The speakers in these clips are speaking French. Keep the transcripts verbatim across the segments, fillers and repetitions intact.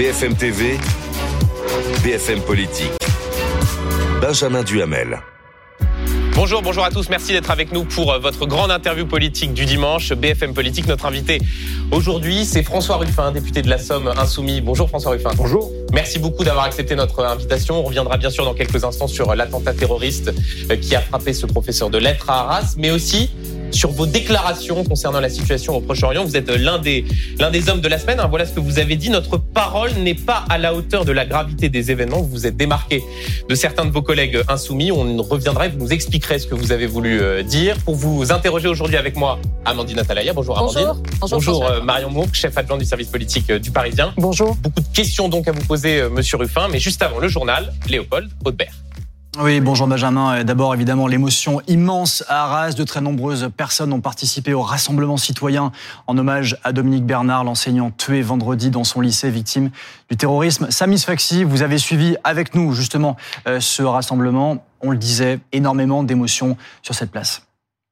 F M T V, B F M Politique. Benjamin Duhamel. Bonjour, bonjour à tous. Merci d'être avec nous pour votre grande interview politique du dimanche. B F M Politique, notre invité aujourd'hui, c'est François Ruffin, député de la Somme Insoumis. Bonjour François Ruffin. Bonjour. Merci beaucoup d'avoir accepté notre invitation. On reviendra bien sûr dans quelques instants sur l'attentat terroriste qui a frappé ce professeur de lettres à Arras, mais aussi sur vos déclarations concernant la situation au Proche-Orient. Vous êtes l'un des, l'un des hommes de la semaine. Voilà ce que vous avez dit. Notre parole n'est pas à la hauteur de la gravité des événements. Vous vous êtes démarqué de certains de vos collègues insoumis. On reviendra et vous nous expliquerez ce que vous avez voulu dire. Pour vous interroger aujourd'hui avec moi, Amandine Atalaya. Bonjour Amandine. Bonjour. Bonjour, Bonjour euh, Marion Mourgue, chef adjoint du service politique euh, du Parisien. Bonjour. Beaucoup de questions donc à vous poser, euh, Monsieur Ruffin. Mais juste avant le journal, Léopold Haudebert. Oui, bonjour Benjamin. D'abord, évidemment, l'émotion immense à Arras. De très nombreuses personnes ont participé au rassemblement citoyen en hommage à Dominique Bernard, l'enseignant tué vendredi dans son lycée, victime du terrorisme. Samy Sfaxi, vous avez suivi avec nous justement ce rassemblement. On le disait, énormément d'émotions sur cette place.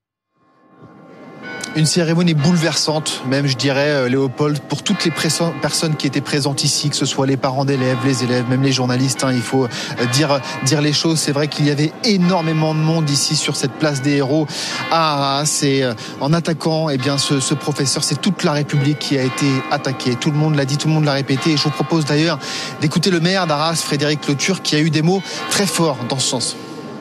Une cérémonie bouleversante, même je dirais, Léopold, pour toutes les personnes qui étaient présentes ici, que ce soit les parents d'élèves, les élèves, même les journalistes, hein, il faut dire, dire les choses. C'est vrai qu'il y avait énormément de monde ici sur cette place des héros à Arras. Et en attaquant eh bien, ce, ce professeur, c'est toute la République qui a été attaquée. Tout le monde l'a dit, tout le monde l'a répété. Et je vous propose d'ailleurs d'écouter le maire d'Arras, Frédéric Leturc, qui a eu des mots très forts dans ce sens.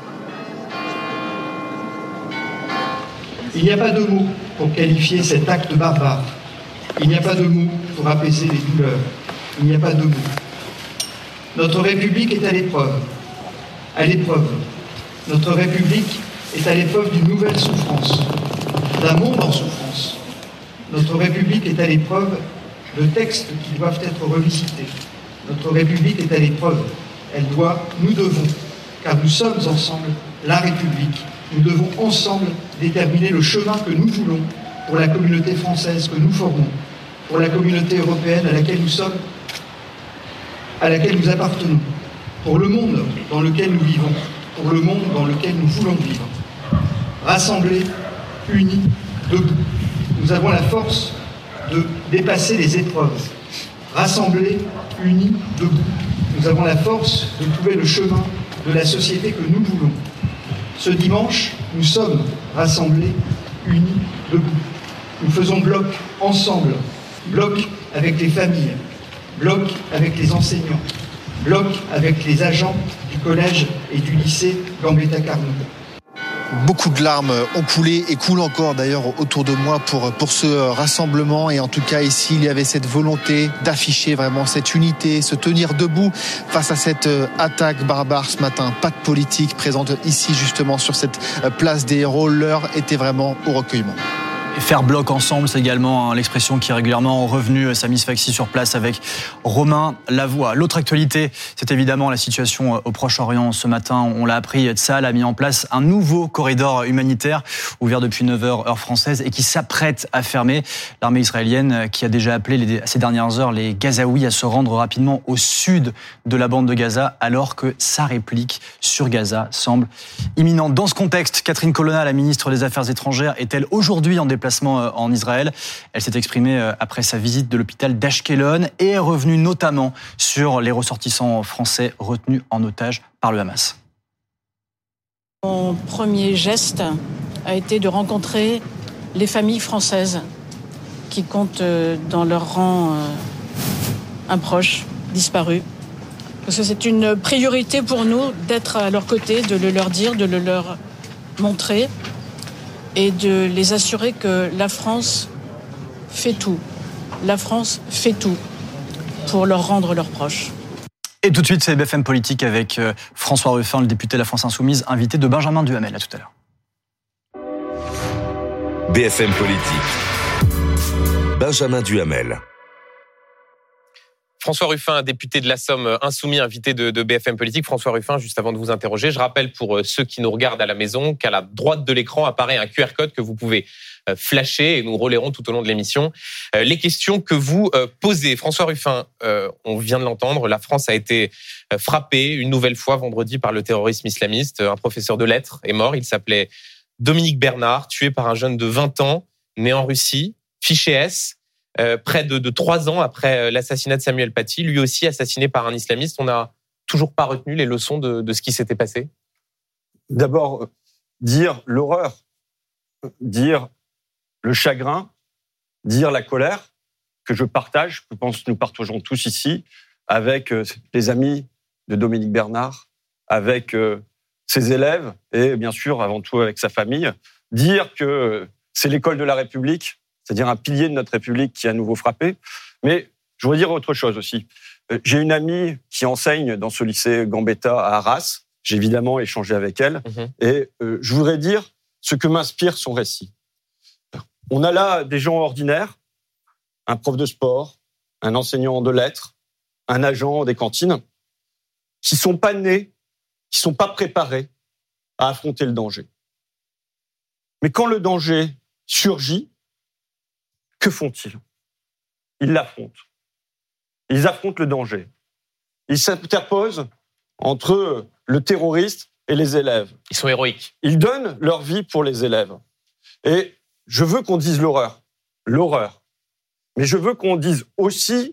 Il n'y a pas de mots pour qualifier cet acte barbare. Il n'y a pas de mots pour apaiser les douleurs. Il n'y a pas de mots. Notre République est à l'épreuve. À l'épreuve. Notre République est à l'épreuve d'une nouvelle souffrance, d'un monde en souffrance. Notre République est à l'épreuve de textes qui doivent être revisités. Notre République est à l'épreuve. Elle doit, nous devons, car nous sommes ensemble la République. Nous devons ensemble déterminer le chemin que nous voulons pour la communauté française que nous formons, pour la communauté européenne à laquelle nous sommes, à laquelle nous appartenons, pour le monde dans lequel nous vivons, pour le monde dans lequel nous voulons vivre. Rassemblés, unis, debout. Nous avons la force de dépasser les épreuves. Rassemblés, unis, debout. Nous avons la force de trouver le chemin de la société que nous voulons. Ce dimanche, nous sommes rassemblés, unis, debout. Nous faisons bloc ensemble, bloc avec les familles, bloc avec les enseignants, bloc avec les agents du collège et du lycée Gambetta Carnot. Beaucoup de larmes ont coulé et coulent encore d'ailleurs autour de moi pour, pour ce rassemblement. Et en tout cas ici, il y avait cette volonté d'afficher vraiment cette unité, se tenir debout face à cette attaque barbare ce matin. Pas de politique présente ici justement sur cette place des héros. L'heure était vraiment au recueillement. Et faire bloc ensemble, c'est également hein, l'expression qui est régulièrement revenue. Samy Sfaxi sur place avec Romain Lavoie. L'autre actualité, c'est évidemment la situation au Proche-Orient. Ce matin, on l'a appris, Tsahal a mis en place un nouveau corridor humanitaire ouvert depuis neuf heures heure française et qui s'apprête à fermer. L'armée israélienne qui a déjà appelé les, ces dernières heures les Gazaouis à se rendre rapidement au sud de la bande de Gaza alors que sa réplique sur Gaza semble imminente. Dans ce contexte, Catherine Colonna, la ministre des Affaires étrangères, est-elle aujourd'hui en déplacement en Israël. Elle s'est exprimée après sa visite de l'hôpital d'Ashkelon et est revenue notamment sur les ressortissants français retenus en otage par le Hamas. Mon premier geste a été de rencontrer les familles françaises qui comptent dans leur rang un proche disparu. Parce que c'est une priorité pour nous d'être à leur côté, de le leur dire, de le leur montrer et de les assurer que la France fait tout. La France fait tout pour leur rendre leurs proches. Et tout de suite, c'est B F M Politique avec François Ruffin, le député de la France Insoumise, invité de Benjamin Duhamel. À tout à l'heure. B F M Politique. Benjamin Duhamel. François Ruffin, député de la Somme Insoumis, invité de, de B F M Politique. François Ruffin, juste avant de vous interroger, je rappelle pour ceux qui nous regardent à la maison qu'à la droite de l'écran apparaît un Q R code que vous pouvez flasher et nous relayerons tout au long de l'émission les questions que vous posez. François Ruffin, on vient de l'entendre, la France a été frappée une nouvelle fois vendredi par le terrorisme islamiste. Un professeur de lettres est mort, il s'appelait Dominique Bernard, tué par un jeune de vingt ans, né en Russie, fiché S. euh, près de, de trois ans après l'assassinat de Samuel Paty, lui aussi assassiné par un islamiste. On n'a toujours pas retenu les leçons de, de ce qui s'était passé. D'abord, dire l'horreur, dire le chagrin, dire la colère que je partage, je pense que nous partageons tous ici, avec les amis de Dominique Bernard, avec ses élèves et bien sûr, avant tout, avec sa famille. Dire que c'est l'école de la République, c'est-à-dire un pilier de notre République qui est à nouveau frappé. Mais je voudrais dire autre chose aussi. J'ai une amie qui enseigne dans ce lycée Gambetta à Arras. J'ai évidemment échangé avec elle. Mmh. Et euh, je voudrais dire ce que m'inspire son récit. On a là des gens ordinaires, un prof de sport, un enseignant de lettres, un agent des cantines, qui sont pas nés, qui sont pas préparés à affronter le danger. Mais quand le danger surgit, que font-ils ? Ils l'affrontent. Ils affrontent le danger. Ils s'interposent entre le terroriste et les élèves. Ils sont héroïques. Ils donnent leur vie pour les élèves. Et je veux qu'on dise l'horreur. L'horreur. Mais je veux qu'on dise aussi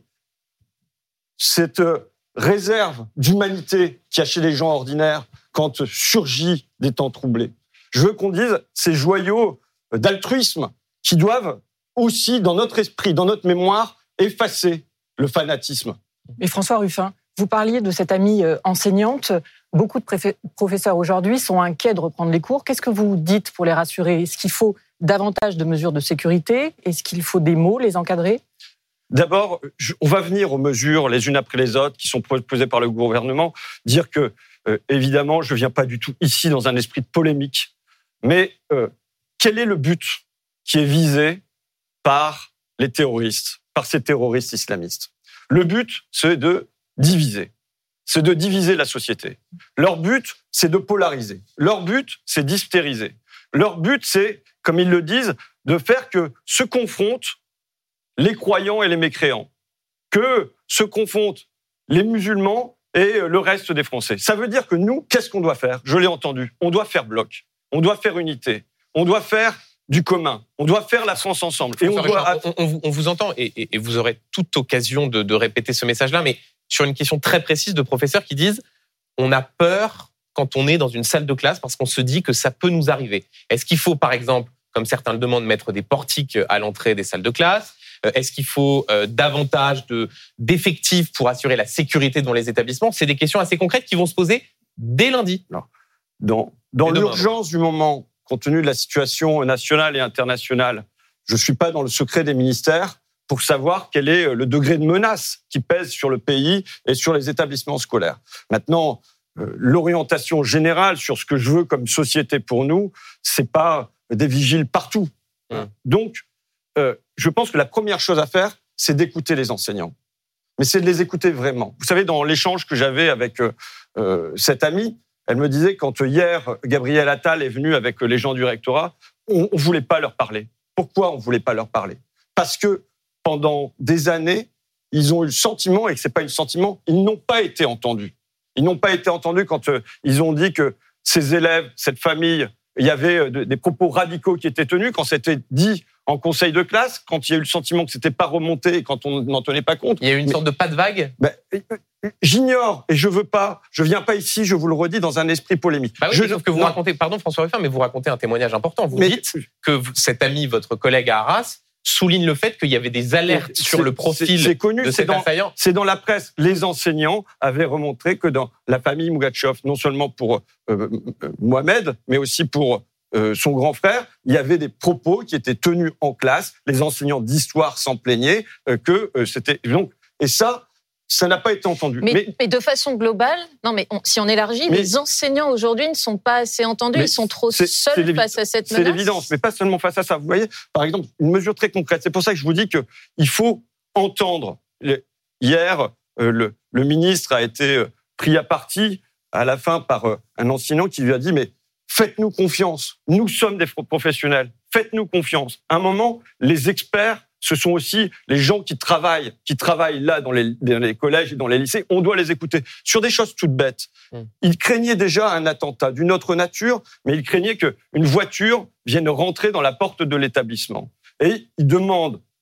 cette réserve d'humanité qu'il y a chez les gens ordinaires quand surgit des temps troublés. Je veux qu'on dise ces joyaux d'altruisme qui doivent aussi, dans notre esprit, dans notre mémoire, effacer le fanatisme. Et François Ruffin, vous parliez de cette amie enseignante. Beaucoup de préf- professeurs aujourd'hui sont inquiets de reprendre les cours. Qu'est-ce que vous dites pour les rassurer ? Est-ce qu'il faut davantage de mesures de sécurité ? Est-ce qu'il faut des mots, les encadrer ? D'abord, on va venir aux mesures les unes après les autres qui sont proposées par le gouvernement. Dire que, euh, évidemment, je ne viens pas du tout ici dans un esprit de polémique. Mais euh, quel est le but qui est visé par les terroristes, par ces terroristes islamistes ? Le but, c'est de diviser. C'est de diviser la société. Leur but, c'est de polariser. Leur but, c'est d'hystériser. Leur but, c'est, comme ils le disent, de faire que se confrontent les croyants et les mécréants, que se confrontent les musulmans et le reste des Français. Ça veut dire que nous, qu'est-ce qu'on doit faire ? Je l'ai entendu. On doit faire bloc. On doit faire unité. On doit faire du commun. On doit faire la France ensemble. Et on, doit... on, on, on vous entend et, et, et vous aurez toute occasion de, de répéter ce message-là, mais sur une question très précise de professeurs qui disent on a peur quand on est dans une salle de classe parce qu'on se dit que ça peut nous arriver. Est-ce qu'il faut, par exemple, comme certains le demandent, mettre des portiques à l'entrée des salles de classe ? Est-ce qu'il faut euh, davantage de, d'effectifs pour assurer la sécurité dans les établissements ? C'est des questions assez concrètes qui vont se poser dès lundi. Non. Dans, dans l'urgence du moment, compte tenu de la situation nationale et internationale, je ne suis pas dans le secret des ministères pour savoir quel est le degré de menace qui pèse sur le pays et sur les établissements scolaires. Maintenant, euh, l'orientation générale sur ce que je veux comme société pour nous, c'est pas des vigiles partout. Mmh. Donc, euh, je pense que la première chose à faire, c'est d'écouter les enseignants. Mais c'est de les écouter vraiment. Vous savez, dans l'échange que j'avais avec euh, euh, cette amie, elle me disait, quand hier, Gabriel Attal est venu avec les gens du rectorat, on ne voulait pas leur parler. Pourquoi on ne voulait pas leur parler ? Parce que pendant des années, ils ont eu le sentiment, et que ce n'est pas un sentiment, ils n'ont pas été entendus. Ils n'ont pas été entendus quand euh, ils ont dit que ces élèves, cette famille, il y avait euh, des propos radicaux qui étaient tenus, quand c'était dit en conseil de classe, quand il y a eu le sentiment que c'était pas remonté et quand on n'en tenait pas compte. Il y a eu une mais, sorte de pas de vague. Ben, j'ignore et je veux pas, je viens pas ici, je vous le redis, dans un esprit polémique. Bah oui, je, sauf que vous non. racontez, pardon François Ruffin, mais vous racontez un témoignage important. Vous mais, dites que cet ami, votre collègue à Arras, souligne le fait qu'il y avait des alertes sur le profil c'est, c'est connu, de cet dans, assaillant. C'est dans la presse. Les enseignants avaient remontré que dans la famille Mougatchov, non seulement pour euh, Mohamed, mais aussi pour Euh, son grand frère, il y avait des propos qui étaient tenus en classe. Les enseignants d'histoire s'en plaignaient euh, que euh, c'était donc et ça, ça n'a pas été entendu. Mais, mais, mais de façon globale, non mais on, si on élargit, mais, les enseignants aujourd'hui ne sont pas assez entendus. Ils sont trop seuls face à cette menace. C'est l'évidence, mais pas seulement face à ça. Vous voyez, par exemple, une mesure très concrète. C'est pour ça que je vous dis que il faut entendre. Hier, euh, le, le ministre a été euh, pris à partie à la fin par euh, un enseignant qui lui a dit mais faites-nous confiance. Nous sommes des professionnels. Faites-nous confiance. À un moment, les experts, ce sont aussi les gens qui travaillent, qui travaillent là dans les, dans les collèges et dans les lycées. On doit les écouter. Sur des choses toutes bêtes. Mmh. Ils craignaient déjà un attentat d'une autre nature, mais ils craignaient qu'une voiture vienne rentrer dans la porte de l'établissement. Et ils demandent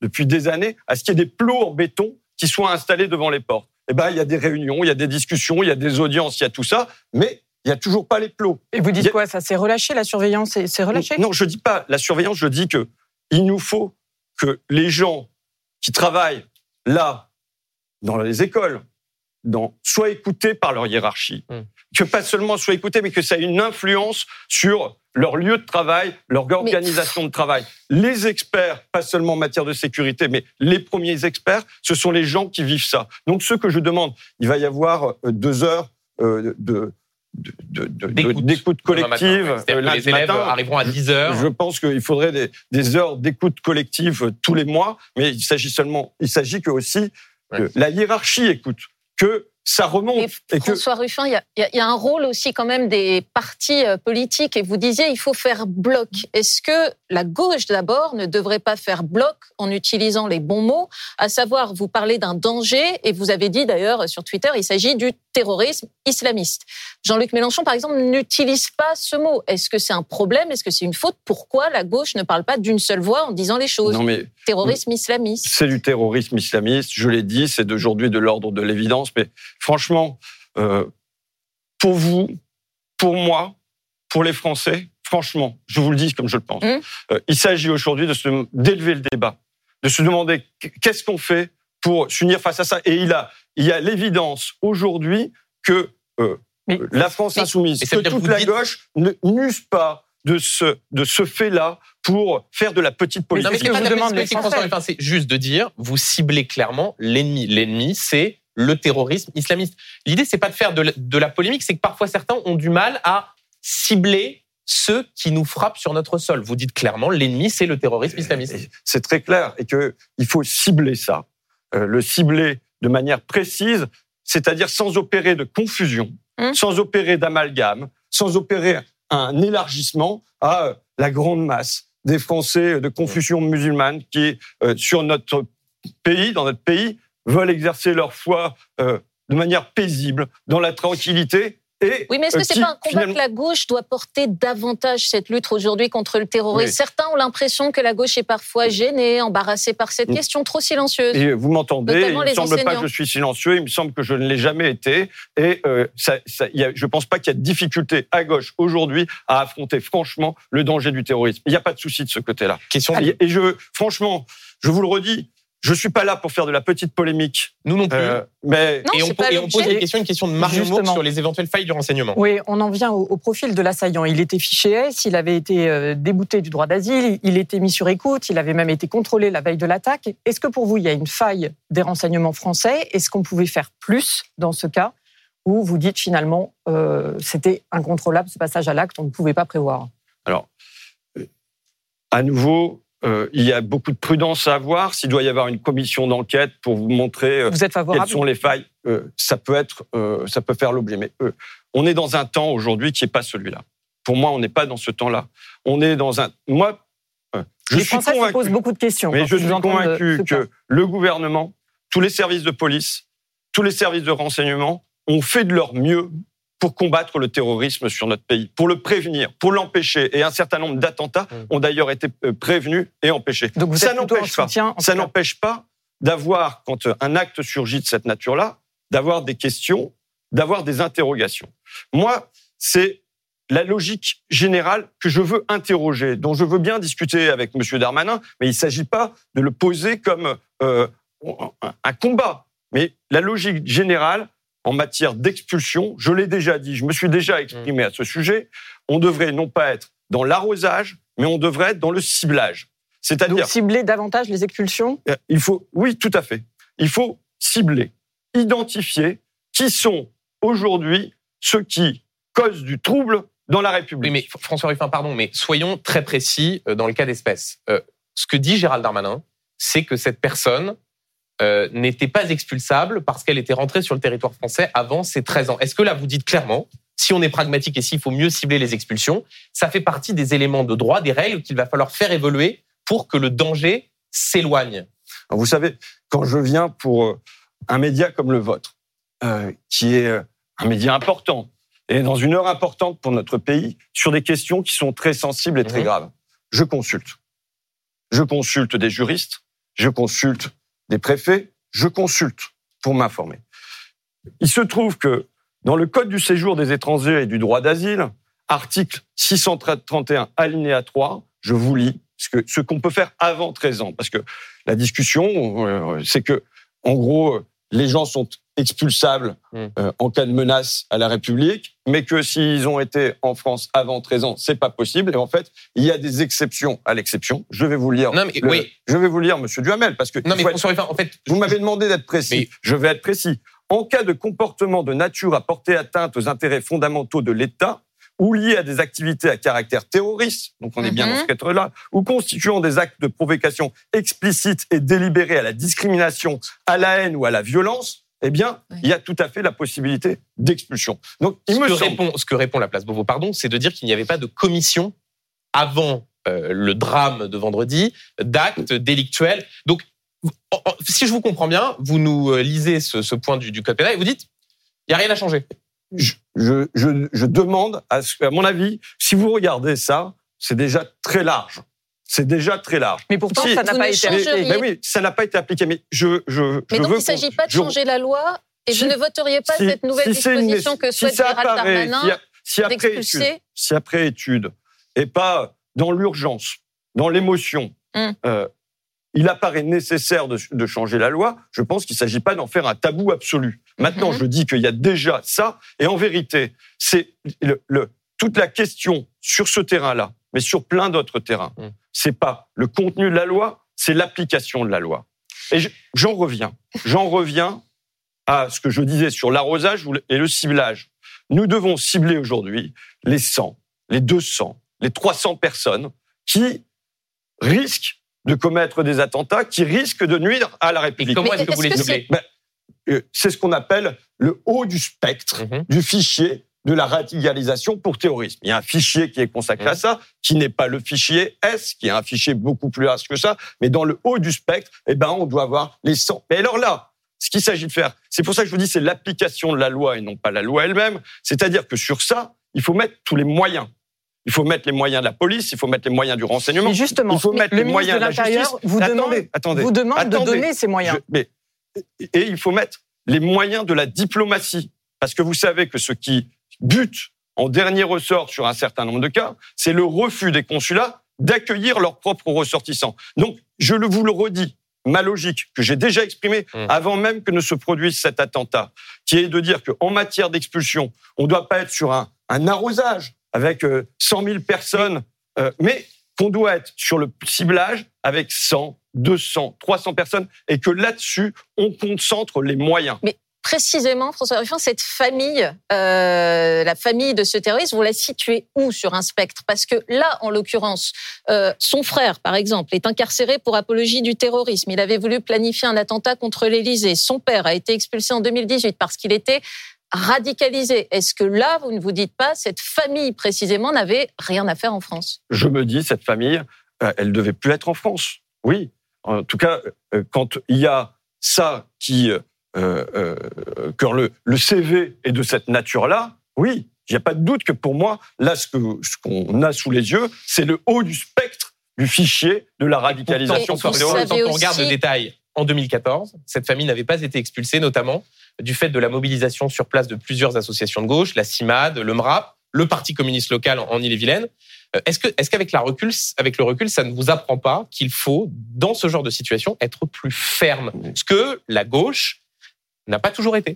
depuis des années à ce qu'il y ait des plots en béton qui soient installés devant les portes. Eh ben, il y a des réunions, il y a des discussions, il y a des audiences, il y a tout ça, mais il n'y a toujours pas les plots. Et vous dites a... quoi? Ça s'est relâché, la surveillance, c'est relâché? Non, je ne dis pas la surveillance, je dis qu'il nous faut que les gens qui travaillent là, dans les écoles, dans, soient écoutés par leur hiérarchie. Mmh. Que pas seulement soient écoutés, mais que ça ait une influence sur leur lieu de travail, leur organisation mais... de travail. Les experts, pas seulement en matière de sécurité, mais les premiers experts, ce sont les gens qui vivent ça. Donc, ce que je demande, il va y avoir deux heures euh, de... De, de, de, d'écoute. d'écoute collective. Matin, ouais. Les élèves matin, arriveront à dix heures. Je pense qu'il faudrait des, des heures d'écoute collective tous les mois, mais il s'agit seulement, il s'agit que aussi que ouais. la hiérarchie écoute, que ça remonte. Et François que... Ruffin, il y, a, il y a un rôle aussi quand même des partis politiques. Et vous disiez, il faut faire bloc. Est-ce que la gauche, d'abord, ne devrait pas faire bloc en utilisant les bons mots? À savoir, vous parlez d'un danger, et vous avez dit d'ailleurs sur Twitter, il s'agit du terrorisme islamiste. Jean-Luc Mélenchon, par exemple, n'utilise pas ce mot. Est-ce que c'est un problème? Est-ce que c'est une faute? Pourquoi la gauche ne parle pas d'une seule voix en disant les choses? Non, mais terrorisme islamiste. C'est du terrorisme islamiste, je l'ai dit, c'est d'aujourd'hui de l'ordre de l'évidence, mais franchement, euh, pour vous, pour moi, pour les Français, franchement, je vous le dis comme je le pense, mmh. euh, il s'agit aujourd'hui de se, d'élever le débat, de se demander qu'est-ce qu'on fait pour s'unir face à ça. Et il, a, il y a l'évidence aujourd'hui que euh, mais, la France mais, insoumise, que toute la dites... gauche ne, n'use pas de ce, de ce fait-là pour faire de la petite politique. Mais non, mais c'est, pas demande, c'est, François, enfin, c'est juste de dire, vous ciblez clairement l'ennemi. L'ennemi, c'est le terrorisme islamiste. L'idée, c'est pas de faire de la, de la polémique, c'est que parfois certains ont du mal à cibler ceux qui nous frappent sur notre sol. Vous dites clairement, l'ennemi, c'est le terrorisme islamiste. C'est très clair, et que il faut cibler ça, euh, le cibler de manière précise, c'est-à-dire sans opérer de confusion, hum. sans opérer d'amalgame, sans opérer un élargissement à la grande masse des Français de confession musulmane qui, euh, sur notre pays, dans notre pays, veulent exercer leur foi euh, de manière paisible, dans la tranquillité. Et, oui, mais est-ce que euh, c'est qui, pas un combat finalement... que la gauche doit porter davantage, cette lutte aujourd'hui contre le terrorisme? Oui. Certains ont l'impression que la gauche est parfois gênée, embarrassée par cette oui. question trop silencieuse. Et vous m'entendez, il ne me semble pas que je suis silencieux, il me semble que je ne l'ai jamais été. Et euh, ça, ça, y a, je ne pense pas qu'il y a de difficulté à gauche aujourd'hui à affronter franchement le danger du terrorisme. Il n'y a pas de souci de ce côté-là. Question... Et, et je, franchement, je vous le redis, je ne suis pas là pour faire de la petite polémique. Nous non plus. Euh, mais... non, et, on, et on pose une question, une question de Mario Mourgue sur les éventuelles failles du renseignement. Oui, on en vient au, au profil de l'assaillant. Il était fiché S, il avait été euh, débouté du droit d'asile, il était mis sur écoute, il avait même été contrôlé la veille de l'attaque. Est-ce que pour vous, il y a une faille des renseignements français? Est-ce qu'on pouvait faire plus dans ce cas? Ou vous dites finalement, euh, c'était incontrôlable ce passage à l'acte, on ne pouvait pas prévoir? Alors, à nouveau... Euh, il y a beaucoup de prudence à avoir. S'il doit y avoir une commission d'enquête pour vous montrer euh, vous êtes favorable? quelles sont les failles, euh, ça peut être, euh, ça peut faire l'objet. Mais euh, on est dans un temps aujourd'hui qui n'est pas celui-là. Pour moi, on n'est pas dans ce temps-là. On est dans un. Moi, euh, je les suis Français convaincu. se posent beaucoup de questions. Mais je suis convaincu que le gouvernement, tous les services de police, tous les services de renseignement ont fait de leur mieux pour combattre le terrorisme sur notre pays, pour le prévenir, pour l'empêcher. Et un certain nombre d'attentats ont d'ailleurs été prévenus et empêchés. Donc vous ça n'empêche pas, soutien, ça n'empêche pas d'avoir, quand un acte surgit de cette nature-là, d'avoir des questions, d'avoir des interrogations. Moi, c'est la logique générale que je veux interroger, dont je veux bien discuter avec M. Darmanin, mais il ne s'agit pas de le poser comme euh, un combat. Mais la logique générale, en matière d'expulsion, je l'ai déjà dit, je me suis déjà exprimé à ce sujet, on devrait non pas être dans l'arrosage, mais on devrait être dans le ciblage. C'est-à-dire... Donc cibler davantage les expulsions ? Il faut, oui, tout à fait. Il faut cibler, identifier qui sont aujourd'hui ceux qui causent du trouble dans la République. Oui, mais François Ruffin, pardon, mais soyons très précis dans le cas d'espèce. Euh, ce que dit Gérald Darmanin, c'est que cette personne Euh, n'était pas expulsable parce qu'elle était rentrée sur le territoire français avant ses treize ans. Est-ce que là, vous dites clairement, si on est pragmatique et s'il faut mieux cibler les expulsions, ça fait partie des éléments de droit, des règles qu'il va falloir faire évoluer pour que le danger s'éloigne? Vous savez, quand je viens pour un média comme le vôtre, euh, qui est un média important, et dans une heure importante pour notre pays, sur des questions qui sont très sensibles et très mmh. graves, je consulte. Je consulte des juristes, je consulte des préfets, je consulte pour m'informer. Il se trouve que dans le Code du séjour des étrangers et du droit d'asile, article six cent trente et un, alinéa trois, je vous lis ce, que, ce qu'on peut faire avant treize ans. Parce que la discussion, euh, c'est que, en gros, les gens sont expulsables euh, en cas de menace à la République, mais que s'ils ont été en France avant treize ans, c'est pas possible. Et en fait, il y a des exceptions à l'exception. Je vais vous lire. Non, mais, le, oui. Je vais vous lire, Monsieur Duhamel, parce que non, mais être, François, en fait, vous m'avez demandé d'être précis. Mais... Je vais être précis. En cas de comportement de nature à porter atteinte aux intérêts fondamentaux de l'État, ou liés à des activités à caractère terroriste, donc on est bien mm-hmm. dans ce cadre-là, ou constituant des actes de provocation explicites et délibérés à la discrimination, à la haine ou à la violence, eh bien, oui. il y a tout à fait la possibilité d'expulsion. Donc, il ce, me que semble... répond, ce que répond la place Beauvau, pardon, c'est de dire qu'il n'y avait pas de commission avant euh, le drame de vendredi, d'actes délictuels. Donc, si je vous comprends bien, vous nous lisez ce, ce point du, du code pénal et vous dites, il n'y a rien à changer. Je, je, je, je demande, à, à mon avis, si vous regardez ça, c'est déjà très large. C'est déjà très large. Mais pourtant, si, ça n'a pas été appliqué. Mais oui, ça n'a pas été appliqué. Mais je, je, mais je donc, veux il ne s'agit pas de je, changer la loi et si, vous ne voteriez pas si, cette nouvelle si disposition une, que souhaite si Gérald Darmanin si, si après d'expulser étude, si après étude, et pas dans l'urgence, dans l'émotion, hum. euh, il apparaît nécessaire de, de changer la loi, je pense qu'il ne s'agit pas d'en faire un tabou absolu. Maintenant, mm-hmm. je dis qu'il y a déjà ça, et en vérité, c'est le, le, toute la question sur ce terrain-là, mais sur plein d'autres terrains, mm. c'est pas le contenu de la loi, c'est l'application de la loi. Et je, j'en reviens, j'en reviens à ce que je disais sur l'arrosage et le ciblage. Nous devons cibler aujourd'hui les cent, les deux cents, les trois cents personnes qui risquent de commettre des attentats, qui risquent de nuire à la République. Et comment est-ce que vous les ciblez ? ben, euh, C'est ce qu'on appelle le haut du spectre mm-hmm. du fichier de la radicalisation pour terrorisme. Il y a un fichier qui est consacré mm-hmm. à ça, qui n'est pas le fichier S, qui est un fichier beaucoup plus large que ça, mais dans le haut du spectre, eh ben, on doit avoir les cent. Et alors là, ce qu'il s'agit de faire, c'est pour ça que je vous dis, c'est l'application de la loi et non pas la loi elle-même. C'est-à-dire que sur ça, il faut mettre tous les moyens. Il faut mettre les moyens de la police, il faut mettre les moyens du renseignement. Mais justement, il faut mettre les moyens de, de la justice. Vous demande, attendez, attendez, vous demande attendez, de donner ces moyens. Je, mais, et il faut mettre les moyens de la diplomatie. Parce que vous savez que ce qui bute en dernier ressort sur un certain nombre de cas, c'est le refus des consulats d'accueillir leurs propres ressortissants. Donc, je vous le redis, ma logique, que j'ai déjà exprimée mmh. avant même que ne se produise cet attentat, qui est de dire qu'en matière d'expulsion, on ne doit pas être sur un, un arrosage avec cent mille personnes, euh, mais qu'on doit être sur le ciblage avec cent, deux cents, trois cents personnes, et que là-dessus, on concentre les moyens. Mais précisément, François Ruffin, cette famille, euh, la famille de ce terroriste, vous la situez où sur un spectre ? Parce que là, en l'occurrence, euh, son frère, par exemple, est incarcéré pour apologie du terrorisme. Il avait voulu planifier un attentat contre l'Élysée. Son père a été expulsé en deux mille dix-huit parce qu'il était radicalisé. Est-ce que là, vous ne vous dites pas, cette famille précisément n'avait rien à faire en France ? Je me dis, cette famille, elle ne devait plus être en France. Oui. En tout cas, quand il y a ça qui... Euh, euh, quand le, le C V est de cette nature-là, oui, il n'y a pas de doute que pour moi, là, ce, que, ce qu'on a sous les yeux, c'est le haut du spectre du fichier de la radicalisation. Quand on regarde le détail, en deux mille quatorze, cette famille n'avait pas été expulsée, notamment du fait de la mobilisation sur place de plusieurs associations de gauche, la CIMAD, le M R A P, le Parti communiste local en Ille-et-Vilaine. Est-ce que, est-ce qu'avec la recul, avec le recul, ça ne vous apprend pas qu'il faut, dans ce genre de situation, être plus ferme ? Ce que la gauche n'a pas toujours été.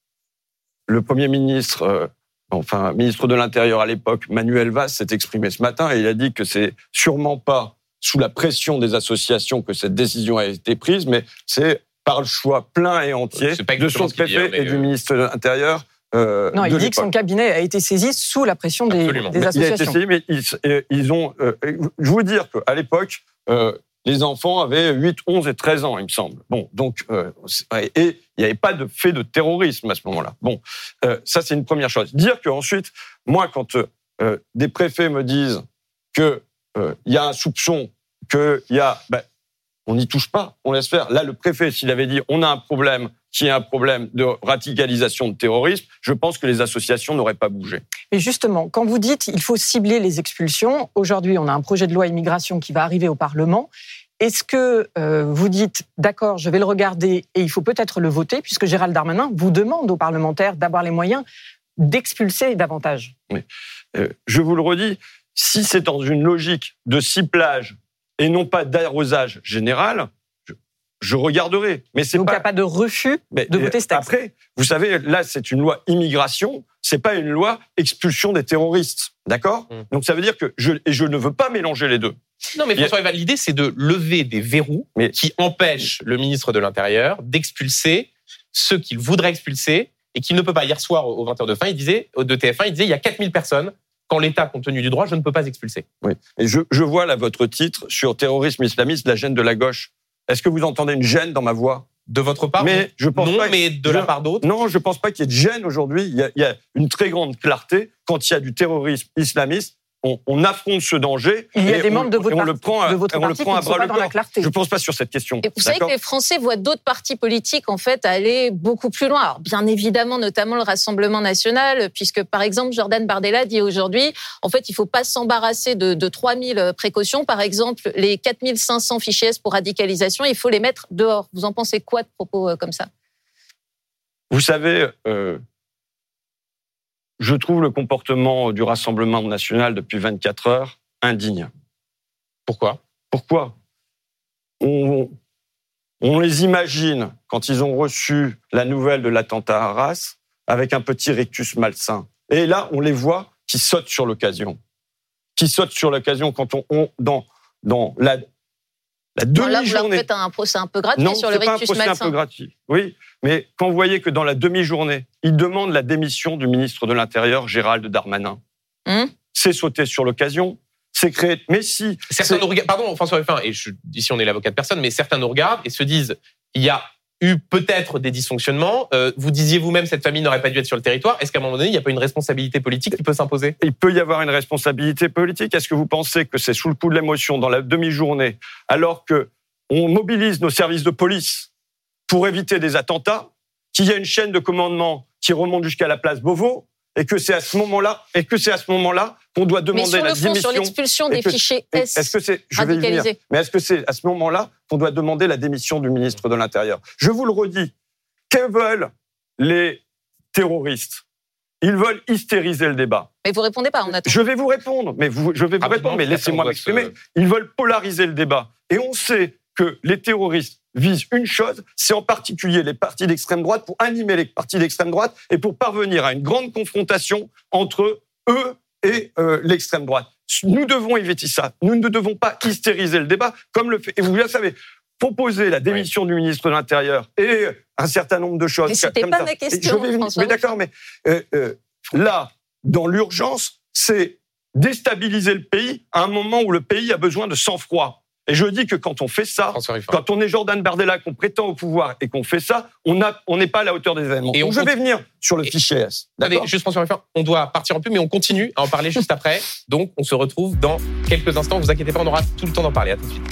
Le Premier ministre, euh, enfin, ministre de l'Intérieur à l'époque, Manuel Valls, s'est exprimé ce matin et il a dit que c'est sûrement pas sous la pression des associations que cette décision a été prise, mais c'est par le choix plein et entier de son préfet et du ministre de l'Intérieur. Euh, non, il dit l'époque. Que son cabinet a été saisi sous la pression des, des associations. Il a été saisi, mais ils, ils ont... Euh, je veux dire qu'à l'époque, euh, les enfants avaient huit, onze et treize ans, il me semble. Bon, donc... Euh, et il n'y avait pas de fait de terrorisme à ce moment-là. Bon, euh, ça, c'est une première chose. Dire qu'ensuite, moi, quand euh, des préfets me disent qu'il euh, y a un soupçon, qu'il y a... Ben, on n'y touche pas, on laisse faire. Là, le préfet, s'il avait dit on a un problème qui est un problème de radicalisation de terrorisme, je pense que les associations n'auraient pas bougé. Et justement, quand vous dites il faut cibler les expulsions, aujourd'hui, on a un projet de loi immigration qui va arriver au Parlement. Est-ce que euh, vous dites, d'accord, je vais le regarder et il faut peut-être le voter, puisque Gérald Darmanin vous demande aux parlementaires d'avoir les moyens d'expulser davantage? Oui. Euh, je vous le redis, si c'est dans une logique de ciblage et non pas d'arrosage général, je, je regarderai. Mais c'est Donc pas... il n'y a pas de refus mais, de voter ce texte. Après, vous savez, là, c'est une loi immigration, c'est pas une loi expulsion des terroristes. D'accord ? mmh. Donc ça veut dire que je, et je ne veux pas mélanger les deux. Non, mais François Rival, l'idée, c'est de lever des verrous mais... qui empêchent le ministre de l'Intérieur d'expulser ceux qu'il voudrait expulser et qu'il ne peut pas. Hier soir, aux vingt heures de fin, il disait, de T F un, il disait il y a quatre mille personnes qu'en l'État, compte tenu du droit, je ne peux pas expulser. Oui. Et je, je vois là votre titre sur terrorisme islamiste, la gêne de la gauche. Est-ce que vous entendez une gêne dans ma voix ? De votre part, mais je pense non, pas, mais de je, la part d'autres. Non, je ne pense pas qu'il y ait de gêne aujourd'hui. Il y, a, il y a une très grande clarté quand il y a du terrorisme islamiste. On, on affronte ce danger. Il y a et des on, membres de votre, on le prend à, de votre on parti le prend à qui ne sont pas dans la clarté. Je ne pense pas sur cette question. Et vous savez que les Français voient d'autres partis politiques en fait aller beaucoup plus loin. Alors bien évidemment, notamment le Rassemblement national, puisque par exemple Jordan Bardella dit aujourd'hui, en fait, il ne faut pas s'embarrasser de, de trois mille précautions. Par exemple, les quatre mille cinq cents fichiers S pour radicalisation, il faut les mettre dehors. Vous en pensez quoi de propos comme ça ? Vous savez. Euh, Je trouve le comportement du Rassemblement national depuis vingt-quatre heures indigne. Pourquoi ? Pourquoi ? on, on les imagine, quand ils ont reçu la nouvelle de l'attentat à Arras, avec un petit rictus malsain. Et là, on les voit qui sautent sur l'occasion. Qui sautent sur l'occasion quand on, on dans, dans la, la demi-journée... Là, vous leur faites un procès un peu gratuit non, sur le rictus malsain. Non, c'est pas un procès un peu gratuit. Oui, mais quand vous voyez que dans la demi-journée, ils demandent la démission du ministre de l'Intérieur, Gérald Darmanin, hum? c'est sauter sur l'occasion, c'est créer... Mais si... Certains nous regardent... Pardon, François Ruffin, et je, ici on est l'avocat de personne, mais certains nous regardent et se disent, il y a eu peut-être des dysfonctionnements. Euh, vous disiez vous-même, cette famille n'aurait pas dû être sur le territoire. Est-ce qu'à un moment donné, il n'y a pas une responsabilité politique qui peut s'imposer ? Il peut y avoir une responsabilité politique. Est-ce que vous pensez que c'est sous le coup de l'émotion, dans la demi-journée, alors que on mobilise nos services de police pour éviter des attentats, qu'il y a une chaîne de commandement qui remonte jusqu'à la place Beauvau, et que c'est à ce moment-là, et que c'est à ce moment-là qu'on doit demander la démission. Mais sur le fond, sur l'expulsion des que, fichiers S est-ce que c'est, je vais y venir, mais est-ce que c'est à ce moment-là qu'on doit demander la démission du ministre de l'Intérieur ? Je vous le redis, que veulent les terroristes ? Ils veulent hystériser le débat. Mais vous répondez pas, on attend. Je vais vous répondre, mais vous, je vais vous ah, répondre, mais laissez-moi m'exprimer. Se... Ils veulent polariser le débat. Et on sait que les terroristes visent une chose, c'est en particulier les partis d'extrême droite, pour animer les partis d'extrême droite et pour parvenir à une grande confrontation entre eux et euh, l'extrême droite. Nous devons éviter ça. Nous ne devons pas hystériser le débat, comme le fait... Et vous le savez, proposer la démission oui. du ministre de l'Intérieur et un certain nombre de choses... Mais c'était comme pas ça. ma question, je vais, François. Mais d'accord, mais euh, euh, là, dans l'urgence, c'est déstabiliser le pays à un moment où le pays a besoin de sang-froid. Et je dis que quand on fait ça, quand on est Jordan Bardella, qu'on prétend au pouvoir et qu'on fait ça, on a, on n'est pas à la hauteur des événements. Et Donc je vais venir sur le et fichier S. Allez, juste François Ruffin, on doit partir en pub, mais on continue à en parler juste après. Donc on se retrouve dans quelques instants. Vous inquiétez pas, on aura tout le temps d'en parler. À tout de suite.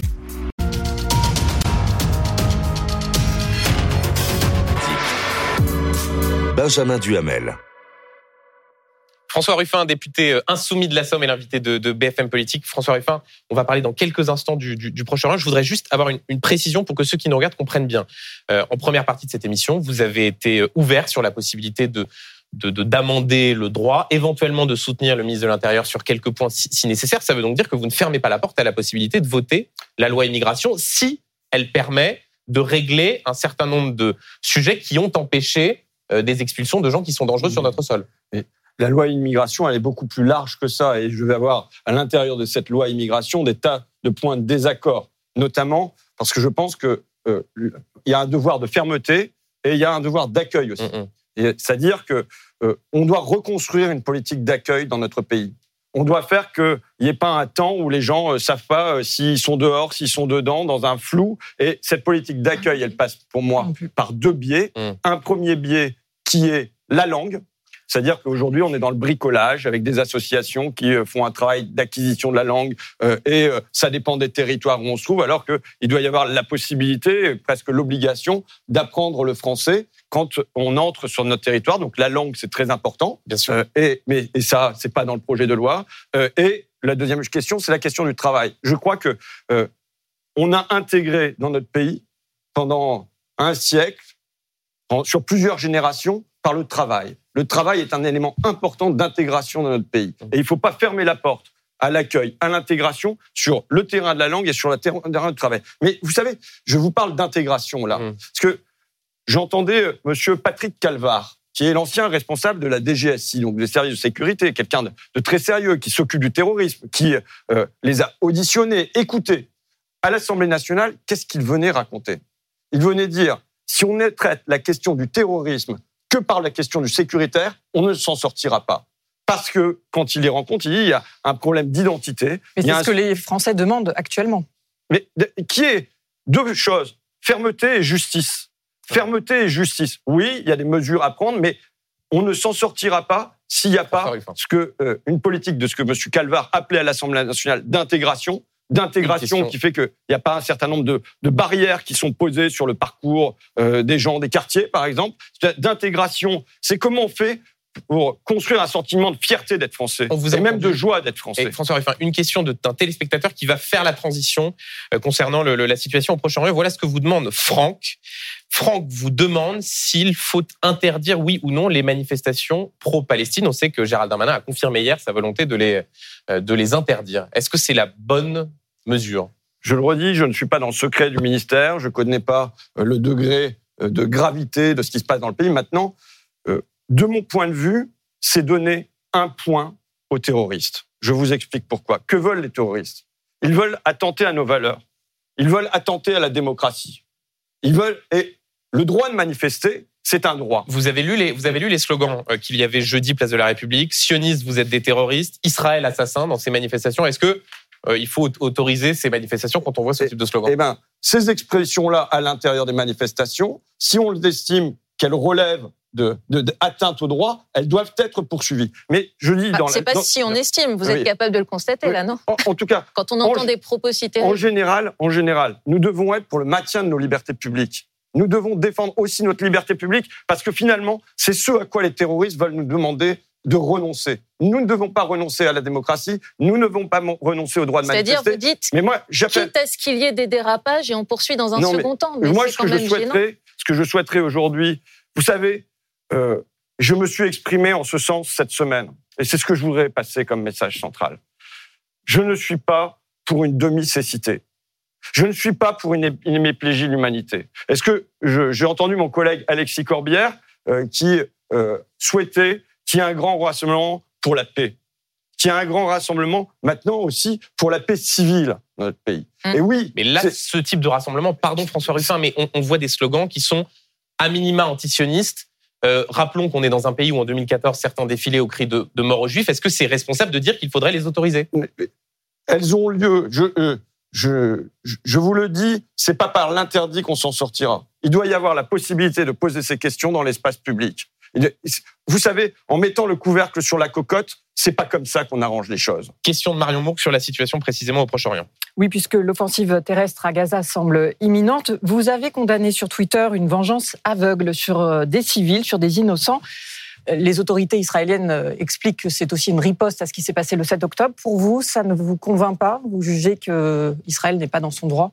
Benjamin Duhamel. François Ruffin, député insoumis de la Somme et l'invité de, de B F M Politique. François Ruffin, on va parler dans quelques instants du, du, du Proche-Orient. Je voudrais juste avoir une, une précision pour que ceux qui nous regardent comprennent bien. Euh, en première partie de cette émission, vous avez été ouvert sur la possibilité de, de, de d'amender le droit, éventuellement de soutenir le ministre de l'Intérieur sur quelques points si, si nécessaire. Ça veut donc dire que vous ne fermez pas la porte à la possibilité de voter la loi immigration si elle permet de régler un certain nombre de sujets qui ont empêché euh, des expulsions de gens qui sont dangereux mmh. sur notre sol. Et... La loi immigration, elle est beaucoup plus large que ça. Et je vais avoir à l'intérieur de cette loi immigration des tas de points de désaccord. Notamment parce que je pense qu'il euh, y a un devoir de fermeté et il y a un devoir d'accueil aussi. Mm-hmm. Et, c'est-à-dire qu'on euh, doit reconstruire une politique d'accueil dans notre pays. On doit faire qu'il n'y ait pas un temps où les gens ne euh, savent pas euh, s'ils sont dehors, s'ils sont dedans, dans un flou. Et cette politique d'accueil, elle passe pour moi par deux biais. Mm. Un premier biais qui est la langue. C'est-à-dire qu'aujourd'hui, on est dans le bricolage avec des associations qui font un travail d'acquisition de la langue euh, et euh, ça dépend des territoires où on se trouve, alors qu'il doit y avoir la possibilité, presque l'obligation, d'apprendre le français quand on entre sur notre territoire. Donc la langue, c'est très important. Bien sûr. Euh, et, mais, et ça, c'est pas dans le projet de loi. Euh, et la deuxième question, c'est la question du travail. Je crois que euh, on a intégré dans notre pays pendant un siècle, sur plusieurs générations, par le travail. Le travail est un élément important d'intégration dans notre pays. Et il ne faut pas fermer la porte à l'accueil, à l'intégration sur le terrain de la langue et sur le terrain du travail. Mais vous savez, je vous parle d'intégration là, mmh. parce que j'entendais Monsieur Patrick Calvar, qui est l'ancien responsable de la D G S I, donc des services de sécurité, quelqu'un de, de très sérieux, qui s'occupe du terrorisme, qui euh, les a auditionnés, écoutés. À l'Assemblée nationale, qu'est-ce qu'il venait raconter ? Il venait dire, si on traite la question du terrorisme que par la question du sécuritaire, on ne s'en sortira pas. Parce que, quand il les rencontre, il dit, il y a un problème d'identité. Mais c'est ce un... que les Français demandent actuellement. Mais qui est deux choses, fermeté et justice. Fermeté et justice. Oui, il y a des mesures à prendre, mais on ne s'en sortira pas s'il n'y a pas ce que, euh, une politique de ce que M. Calvar appelait à l'Assemblée nationale d'intégration, d'intégration qui fait qu'il n'y a pas un certain nombre de, de barrières qui sont posées sur le parcours euh, des gens, des quartiers, par exemple. D'intégration, c'est comment on fait pour construire un sentiment de fierté d'être français, on vous et même de joie d'être français. Et François Ruffin, une question d'un téléspectateur qui va faire la transition euh, concernant le, le, la situation au Proche-Orient. Voilà ce que vous demande Franck. Franck vous demande s'il faut interdire, oui ou non, les manifestations pro-Palestine. On sait que Gérald Darmanin a confirmé hier sa volonté de les, euh, de les interdire. Est-ce que c'est la bonne mesure ? Je le redis, je ne suis pas dans le secret du ministère, je ne connais pas euh, le degré euh, de gravité de ce qui se passe dans le pays. Maintenant, euh, de mon point de vue, c'est donner un point aux terroristes. Je vous explique pourquoi. Que veulent les terroristes ? Ils veulent attenter à nos valeurs. Ils veulent attenter à la démocratie. Ils veulent... Et le droit de manifester, c'est un droit. Vous avez lu les, vous avez lu les slogans euh, qu'il y avait jeudi, place de la République. Sionistes, vous êtes des terroristes. Israël, assassin, dans ces manifestations. Est-ce que euh, il faut autoriser ces manifestations quand on voit ce type de slogan ? Eh bien, ces expressions-là, à l'intérieur des manifestations, si on estime qu'elles relèvent De, de, de atteinte au droit, elles doivent être poursuivies. Mais je dis ah, dans c'est la, pas dans, si on dans, estime, vous oui. êtes capable de le constater oui. là, non ? en, en tout cas, quand on entend en, des propos si terribles. En général, en général, nous devons être pour le maintien de nos libertés publiques. Nous devons défendre aussi notre liberté publique parce que finalement, c'est ce à quoi les terroristes veulent nous demander de renoncer. Nous ne devons pas renoncer à la démocratie, nous ne devons pas renoncer au droit de C'est-à-dire, manifester. C'est-à-dire, vous dites, mais moi, j'appelle... quitte à ce qu'il y ait des dérapages et on poursuit dans un non, second mais, temps. Mais moi, c'est ce quand que même je souhaiterais, gênant. ce que je souhaiterais aujourd'hui, vous savez, euh, je me suis exprimé en ce sens cette semaine. Et c'est ce que je voudrais passer comme message central. Je ne suis pas pour une demi-cécité. Je ne suis pas pour une, une hémiplégie de l'humanité. Est-ce que je, j'ai entendu mon collègue Alexis Corbière euh, qui euh, souhaitait qu'il y ait un grand rassemblement pour la paix, qu'il y ait un grand rassemblement maintenant aussi pour la paix civile dans notre pays. Mmh. Et oui, mais là, c'est... ce type de rassemblement, pardon François Ruffin, mais on, on voit des slogans qui sont à minima antisionistes. Euh, rappelons qu'on est dans un pays où en deux mille quatorze, certains défilaient au cri de, de mort aux Juifs. Est-ce que c'est responsable de dire qu'il faudrait les autoriser ? Elles ont lieu. Je, euh, je, je vous le dis, c'est pas par l'interdit qu'on s'en sortira. Il doit y avoir la possibilité de poser ces questions dans l'espace public. Vous savez, en mettant le couvercle sur la cocotte, c'est pas comme ça qu'on arrange les choses. Question de Marion Mourgue sur la situation précisément au Proche-Orient. Oui, puisque l'offensive terrestre à Gaza semble imminente, vous avez condamné sur Twitter une vengeance aveugle sur des civils, sur des innocents. Les autorités israéliennes expliquent que c'est aussi une riposte à ce qui s'est passé le sept octobre. Pour vous, ça ne vous convainc pas ? Vous jugez qu'Israël n'est pas dans son droit ?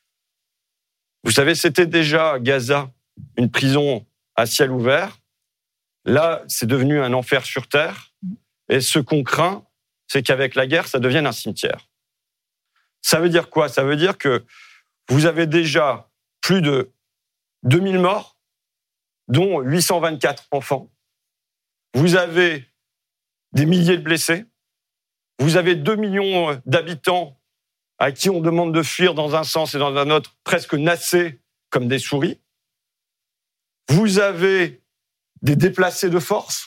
Vous savez, c'était déjà Gaza, une prison à ciel ouvert. Là, c'est devenu un enfer sur terre. Et ce qu'on craint, c'est qu'avec la guerre, ça devienne un cimetière. Ça veut dire quoi ? Ça veut dire que vous avez déjà plus de deux mille morts, dont huit cent vingt-quatre enfants. Vous avez des milliers de blessés. Vous avez deux millions d'habitants à qui on demande de fuir dans un sens et dans un autre, presque nassés comme des souris. Vous avez des déplacés de force.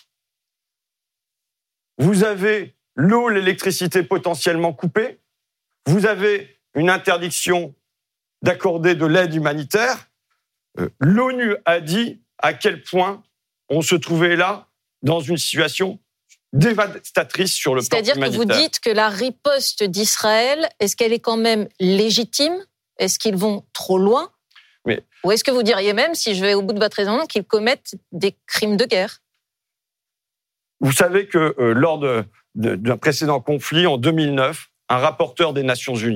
Vous avez l'eau, l'électricité potentiellement coupées. Vous avez une interdiction d'accorder de l'aide humanitaire. Euh, L'ONU a dit à quel point on se trouvait là dans une situation dévastatrice sur le plan humanitaire. C'est-à-dire que vous dites que la riposte d'Israël, est-ce qu'elle est quand même légitime ? Est-ce qu'ils vont trop loin ? Mais... Ou est-ce que vous diriez même, si je vais au bout de votre raisonnement, qu'ils commettent des crimes de guerre ? Vous savez que euh, lors de, de, d'un précédent conflit, en deux mille neuf, un rapporteur des Nations Unies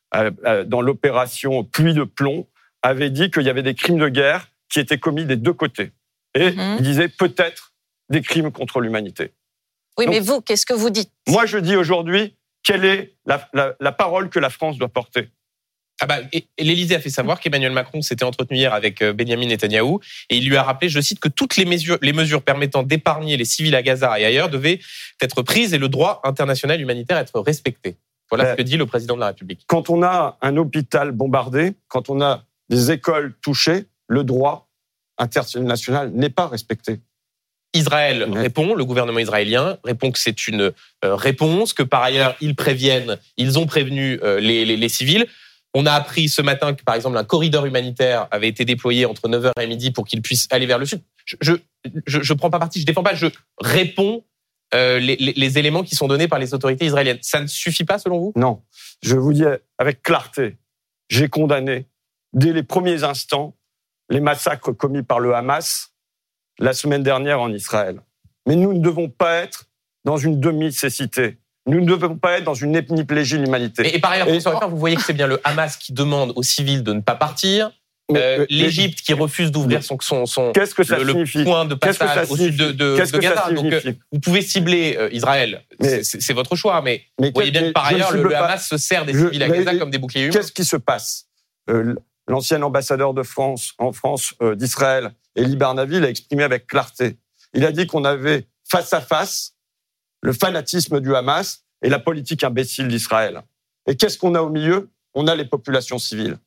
dans l'opération Pluie de plomb, avait dit qu'il y avait des crimes de guerre qui étaient commis des deux côtés. Et mmh. il disait peut-être des crimes contre l'humanité. Oui, Donc, mais vous, qu'est-ce que vous dites ? Moi, je dis aujourd'hui, quelle est la, la, la parole que la France doit porter ? Ah bah, et, et l'Élysée a fait savoir qu'Emmanuel Macron s'était entretenu hier avec Benyamin Netanyahou et il lui a rappelé, je cite, que toutes les mesures, les mesures permettant d'épargner les civils à Gaza et ailleurs devaient être prises et le droit international humanitaire être respecté. Voilà ben, ce que dit le président de la République. Quand on a un hôpital bombardé, quand on a des écoles touchées, le droit international n'est pas respecté. Israël ouais. répond, le gouvernement israélien répond que c'est une euh, réponse, que par ailleurs ils préviennent, ils ont prévenu euh, les, les, les civils. On a appris ce matin que par exemple un corridor humanitaire avait été déployé entre neuf heures et midi pour qu'ils puissent aller vers le sud. Je je, je, je prends pas parti, je défends pas, je réponds euh, les, les, les éléments qui sont donnés par les autorités israéliennes. Ça ne suffit pas selon vous ? Non, je vous dis avec clarté, j'ai condamné dès les premiers instants les massacres commis par le Hamas la semaine dernière en Israël. Mais nous ne devons pas être dans une demi-cécité. Nous ne devons pas être dans une hémiplégie de l'humanité. Et, et par ailleurs, et, professeur, vous voyez que c'est bien le Hamas qui demande aux civils de ne pas partir, mais, euh, mais, l'Égypte qui refuse d'ouvrir son, son, son qu'est-ce que ça le, signifie le point de passage au sud de, de, qu'est-ce de que Gaza. Ça Donc, euh, vous pouvez cibler euh, Israël, mais, c'est, c'est votre choix, mais, mais vous voyez bien que par ailleurs, le, le Hamas se sert des je, civils à Gaza mais, comme des boucliers humains. Qu'est-ce qui se passe ? euh, L'ancien ambassadeur de France, en France, euh, d'Israël, Elie Barnaville, a exprimé avec clarté. Il a dit qu'on avait face à face le fanatisme du Hamas et la politique imbécile d'Israël. Et qu'est-ce qu'on a au milieu ? On a les populations civiles.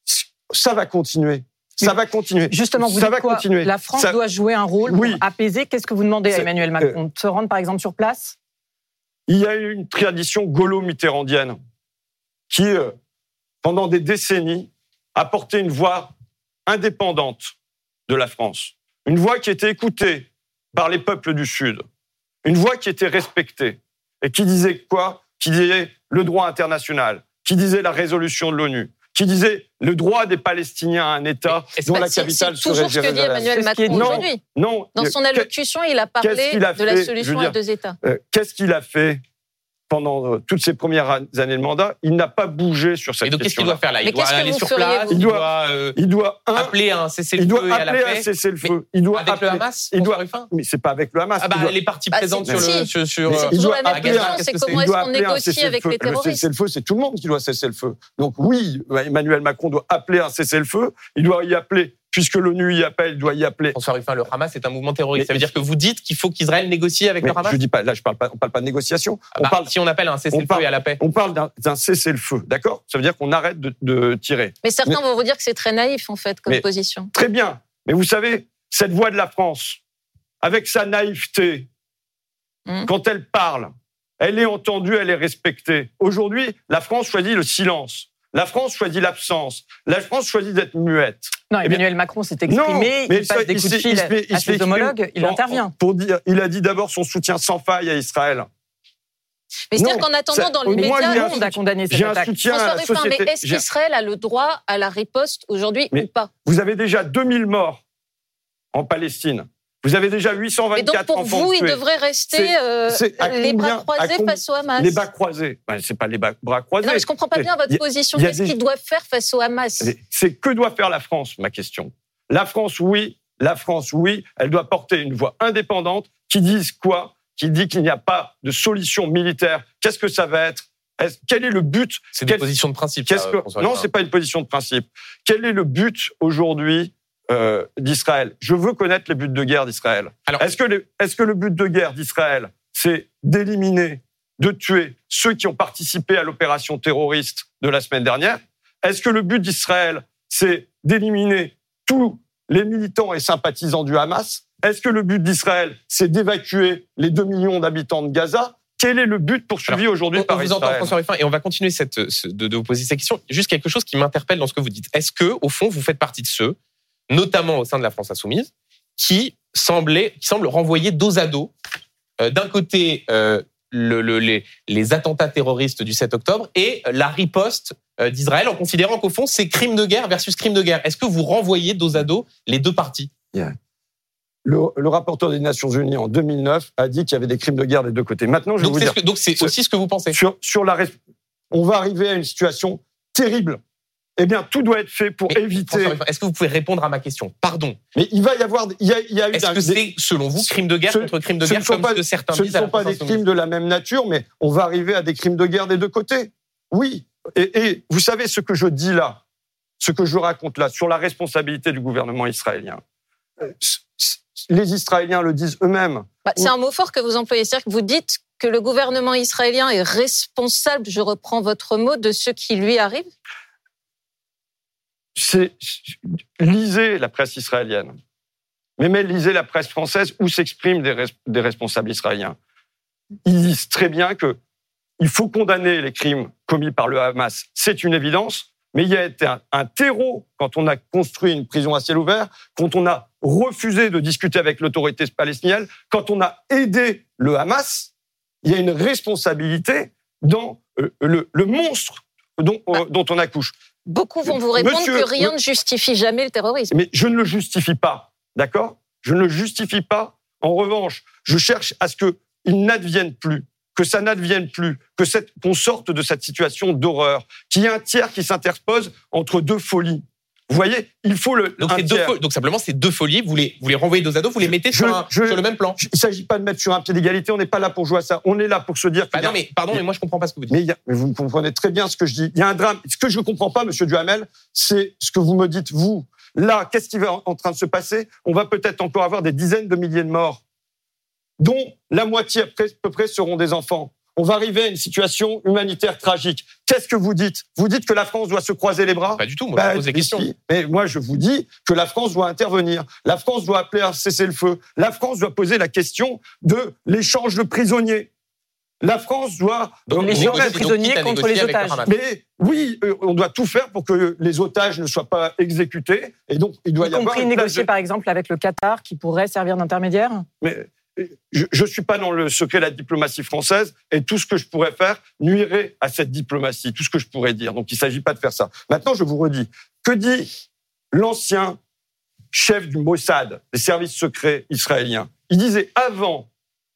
Ça va continuer. Ça va continuer. Justement, vous ça dites va quoi ? continuer. La France ça... doit jouer un rôle oui. pour apaiser. Qu'est-ce que vous demandez à C'est... Emmanuel Macron ? De se rendre, par exemple, sur place ? Il y a eu une tradition gaulo-mitterrandienne qui, euh, pendant des décennies, a porté une voix indépendante de la France. Une voix qui était écoutée par les peuples du Sud. Une voix qui était respectée. Et qui disait quoi ? Qui disait le droit international. Qui disait la résolution de l'ONU. Qui disait le droit des Palestiniens à un État dont la capitale serait Jérusalem. C'est toujours ce que dit Emmanuel Macron non, aujourd'hui. Non. Dans son allocution, il a parlé qu'il a de la fait, solution dire, à deux États. Euh, qu'est-ce qu'il a fait pendant toutes ses premières années de mandat? Il n'a pas bougé sur cette question. Et donc, qu'est-ce qu'il doit faire là? Il Mais doit aller sur place. Il doit, doit, euh, il doit un, appeler à un cessez-le-feu. Il doit et à la appeler paix. un cessez-le-feu. Il doit avec appeler, le Hamas. il doit, mais c'est pas avec le Hamas. Ah bah, doit, les parties bah, présentes sur si. le sur, sur mais c'est euh, toujours la même Gaza, question. C'est comment est-ce qu'on négocie avec les terroristes? Le cessez-le-feu, c'est tout le monde qui doit cesser le feu. Donc oui, Emmanuel Macron doit appeler un cessez-le-feu. Il doit y appeler. Puisque l'ONU y appelle, il doit y appeler. François Ruffin, le Hamas est un mouvement terroriste. Mais, ça veut dire que vous dites qu'il faut qu'Israël négocie avec mais le Hamas? Je dis pas, là, je parle pas, on parle pas de négociation. Ah on bah, parle, si on appelle à un cessez-le-feu et à la paix. On parle d'un, d'un cessez-le-feu, d'accord? Ça veut dire qu'on arrête de, de tirer. Mais certains mais, vont vous dire que c'est très naïf, en fait, comme mais, position. Très bien. Mais vous savez, cette voix de la France, avec sa naïveté, mmh. quand elle parle, elle est entendue, elle est respectée. Aujourd'hui, la France choisit le silence. La France choisit l'absence. La France choisit d'être muette. Non, Emmanuel eh Macron s'est exprimé, non, mais il passe ça, des coups de fil à ses homologues, il intervient. Pour dire, il a dit d'abord son soutien sans faille à Israël. Mais c'est-à-dire qu'en attendant, dans les médias, on a condamné cette attaque. François Ruffin, mais est-ce qu'Israël a le droit à la riposte aujourd'hui ou pas? Vous avez déjà deux mille morts en Palestine. Vous avez déjà huit cent vingt-quatre enfants tués. Et donc, pour vous, il devrait rester euh, les bras croisés face au Hamas? Les bras croisés. Ben, c'est pas les bras croisés. Non, mais je comprends pas bien votre position. Qu'est-ce qu'ils doivent faire face au Hamas? C'est que doit faire la France, ma question. La France, oui. La France, oui. Elle doit porter une voix indépendante qui dise quoi? Qui dit qu'il n'y a pas de solution militaire. Qu'est-ce que ça va être? Est-ce, quel est le but? C'est une position de principe. Qu'est-ce que, non, c'est pas une position de principe. Quel est le but aujourd'hui Euh, d'Israël? Je veux connaître les buts de guerre d'Israël. Alors, est-ce que, les, est-ce que le but de guerre d'Israël, c'est d'éliminer, de tuer ceux qui ont participé à l'opération terroriste de la semaine dernière? Est-ce que le but d'Israël, c'est d'éliminer tous les militants et sympathisants du Hamas? Est-ce que le but d'Israël, c'est d'évacuer les deux millions d'habitants de Gaza? Quel est le but poursuivi Alors, aujourd'hui on, par on vous Israël? Entend, François Ruffin, et on va continuer cette, de, de vous poser cette question. Juste quelque chose qui m'interpelle dans ce que vous dites. Est-ce que, au fond, vous faites partie de ceux, notamment au sein de la France insoumise, qui semblait, qui semble renvoyer dos à dos, euh, d'un côté euh, le, le, les, les attentats terroristes du sept octobre et la riposte euh, d'Israël, en considérant qu'au fond c'est crime de guerre versus crime de guerre. Est-ce que vous renvoyez dos à dos les deux parties? Yeah. Le, le rapporteur des Nations Unies en deux mille neuf a dit qu'il y avait des crimes de guerre des deux côtés. Maintenant, je donc vais vous c'est dire. Que, donc c'est aussi ce que vous pensez. Sur, sur la, on va arriver à une situation terrible. Eh bien, tout doit être fait pour Mais, éviter... Est-ce que vous pouvez répondre à ma question? Pardon. Mais il va y avoir... Il y a, il y a eu Est-ce un, que c'est, des, selon vous, crime de guerre ce, contre crime de guerre, comme comme pas, ce certains ce disent? Ce ne sont pas des crimes de la même nature, mais on va arriver à des crimes de guerre des deux côtés. Oui. Et, et vous savez ce que je dis là, ce que je raconte là, sur la responsabilité du gouvernement israélien. Les Israéliens le disent eux-mêmes. Bah, c'est un mot fort que vous employez, c'est-à-dire que vous dites que le gouvernement israélien est responsable, je reprends votre mot, de ce qui lui arrive? C'est, lisez la presse israélienne, mais même lisez la presse française où s'expriment des, res, des responsables israéliens. Ils disent très bien que il faut condamner les crimes commis par le Hamas, c'est une évidence, mais il y a été un, un terreau quand on a construit une prison à ciel ouvert, quand on a refusé de discuter avec l'autorité palestinienne, quand on a aidé le Hamas, il y a une responsabilité dans euh, le, le monstre dont, euh, dont on accouche. Beaucoup vont vous répondre Monsieur, que rien ne justifie jamais le terrorisme. Mais je ne le justifie pas, d'accord ? Je ne le justifie pas. En revanche, je cherche à ce qu'il n'advienne plus, que ça n'advienne plus, que cette, qu'on sorte de cette situation d'horreur, qu'il y ait un tiers qui s'interpose entre deux folies. Vous voyez, il faut le. Donc, c'est deux fo- donc simplement, ces deux folies, vous les, vous les renvoyez dos à dos, vous les mettez je, sur, un, je, sur le même plan. Je, il ne s'agit pas de mettre sur un pied d'égalité, on n'est pas là pour jouer à ça. On est là pour se dire... Bah non, mais pardon, mais moi je comprends pas ce que vous dites. Mais, il y a, mais vous comprenez très bien ce que je dis. Il y a un drame. Ce que je ne comprends pas, monsieur Duhamel, c'est ce que vous me dites, vous. Là, qu'est-ce qui va en train de se passer ? On va peut-être encore avoir des dizaines de milliers de morts, dont la moitié à peu près seront des enfants. On va arriver à une situation humanitaire tragique. Qu'est-ce que vous dites ? Vous dites que la France doit se croiser les bras ? Pas du tout, moi bah, je pose des questions. Si, mais moi je vous dis que la France doit intervenir. La France doit appeler à un cessez-le-feu. La France doit poser la question de l'échange de prisonniers. La France doit... Donc, l'échange de prisonniers contre les otages. Mais oui, on doit tout faire pour que les otages ne soient pas exécutés. Et donc, il doit y, y avoir... Y compris négocier, de... par exemple, avec le Qatar, qui pourrait servir d'intermédiaire ? Mais... Je ne suis pas dans le secret de la diplomatie française et tout ce que je pourrais faire nuirait à cette diplomatie, tout ce que je pourrais dire. Donc, il ne s'agit pas de faire ça. Maintenant, je vous redis, que dit l'ancien chef du Mossad, des services secrets israéliens ? Il disait avant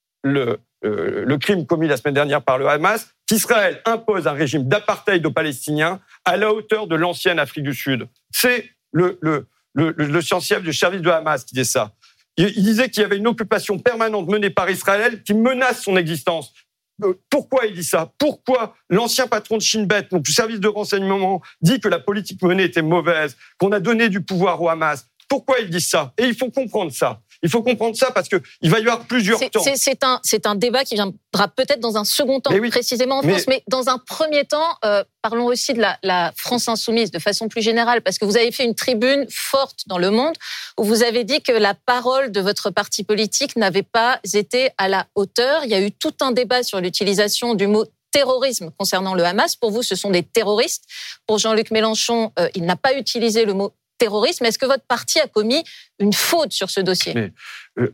le, euh, le crime commis la semaine dernière par le Hamas qu'Israël impose un régime d'apartheid aux Palestiniens à la hauteur de l'ancienne Afrique du Sud. C'est le, le, le, le, le chef du service de Hamas qui disait ça. Il disait qu'il y avait une occupation permanente menée par Israël qui menace son existence. Pourquoi il dit ça ? Pourquoi l'ancien patron de Shin Bet, donc du service de renseignement, dit que la politique menée était mauvaise, qu'on a donné du pouvoir au Hamas ? Pourquoi il dit ça ? Et il faut comprendre ça. Il faut comprendre ça parce qu'il va y avoir plusieurs c'est, temps. C'est, c'est, un, c'est un débat qui viendra peut-être dans un second temps, oui, précisément en France. Mais, mais dans un premier temps, euh, parlons aussi de la, la France insoumise de façon plus générale, parce que vous avez fait une tribune forte dans Le Monde où vous avez dit que la parole de votre parti politique n'avait pas été à la hauteur. Il y a eu tout un débat sur l'utilisation du mot terrorisme concernant le Hamas. Pour vous, ce sont des terroristes. Pour Jean-Luc Mélenchon, euh, il n'a pas utilisé le mot terrorisme. Est-ce que votre parti a commis une faute sur ce dossier ? Mais, euh,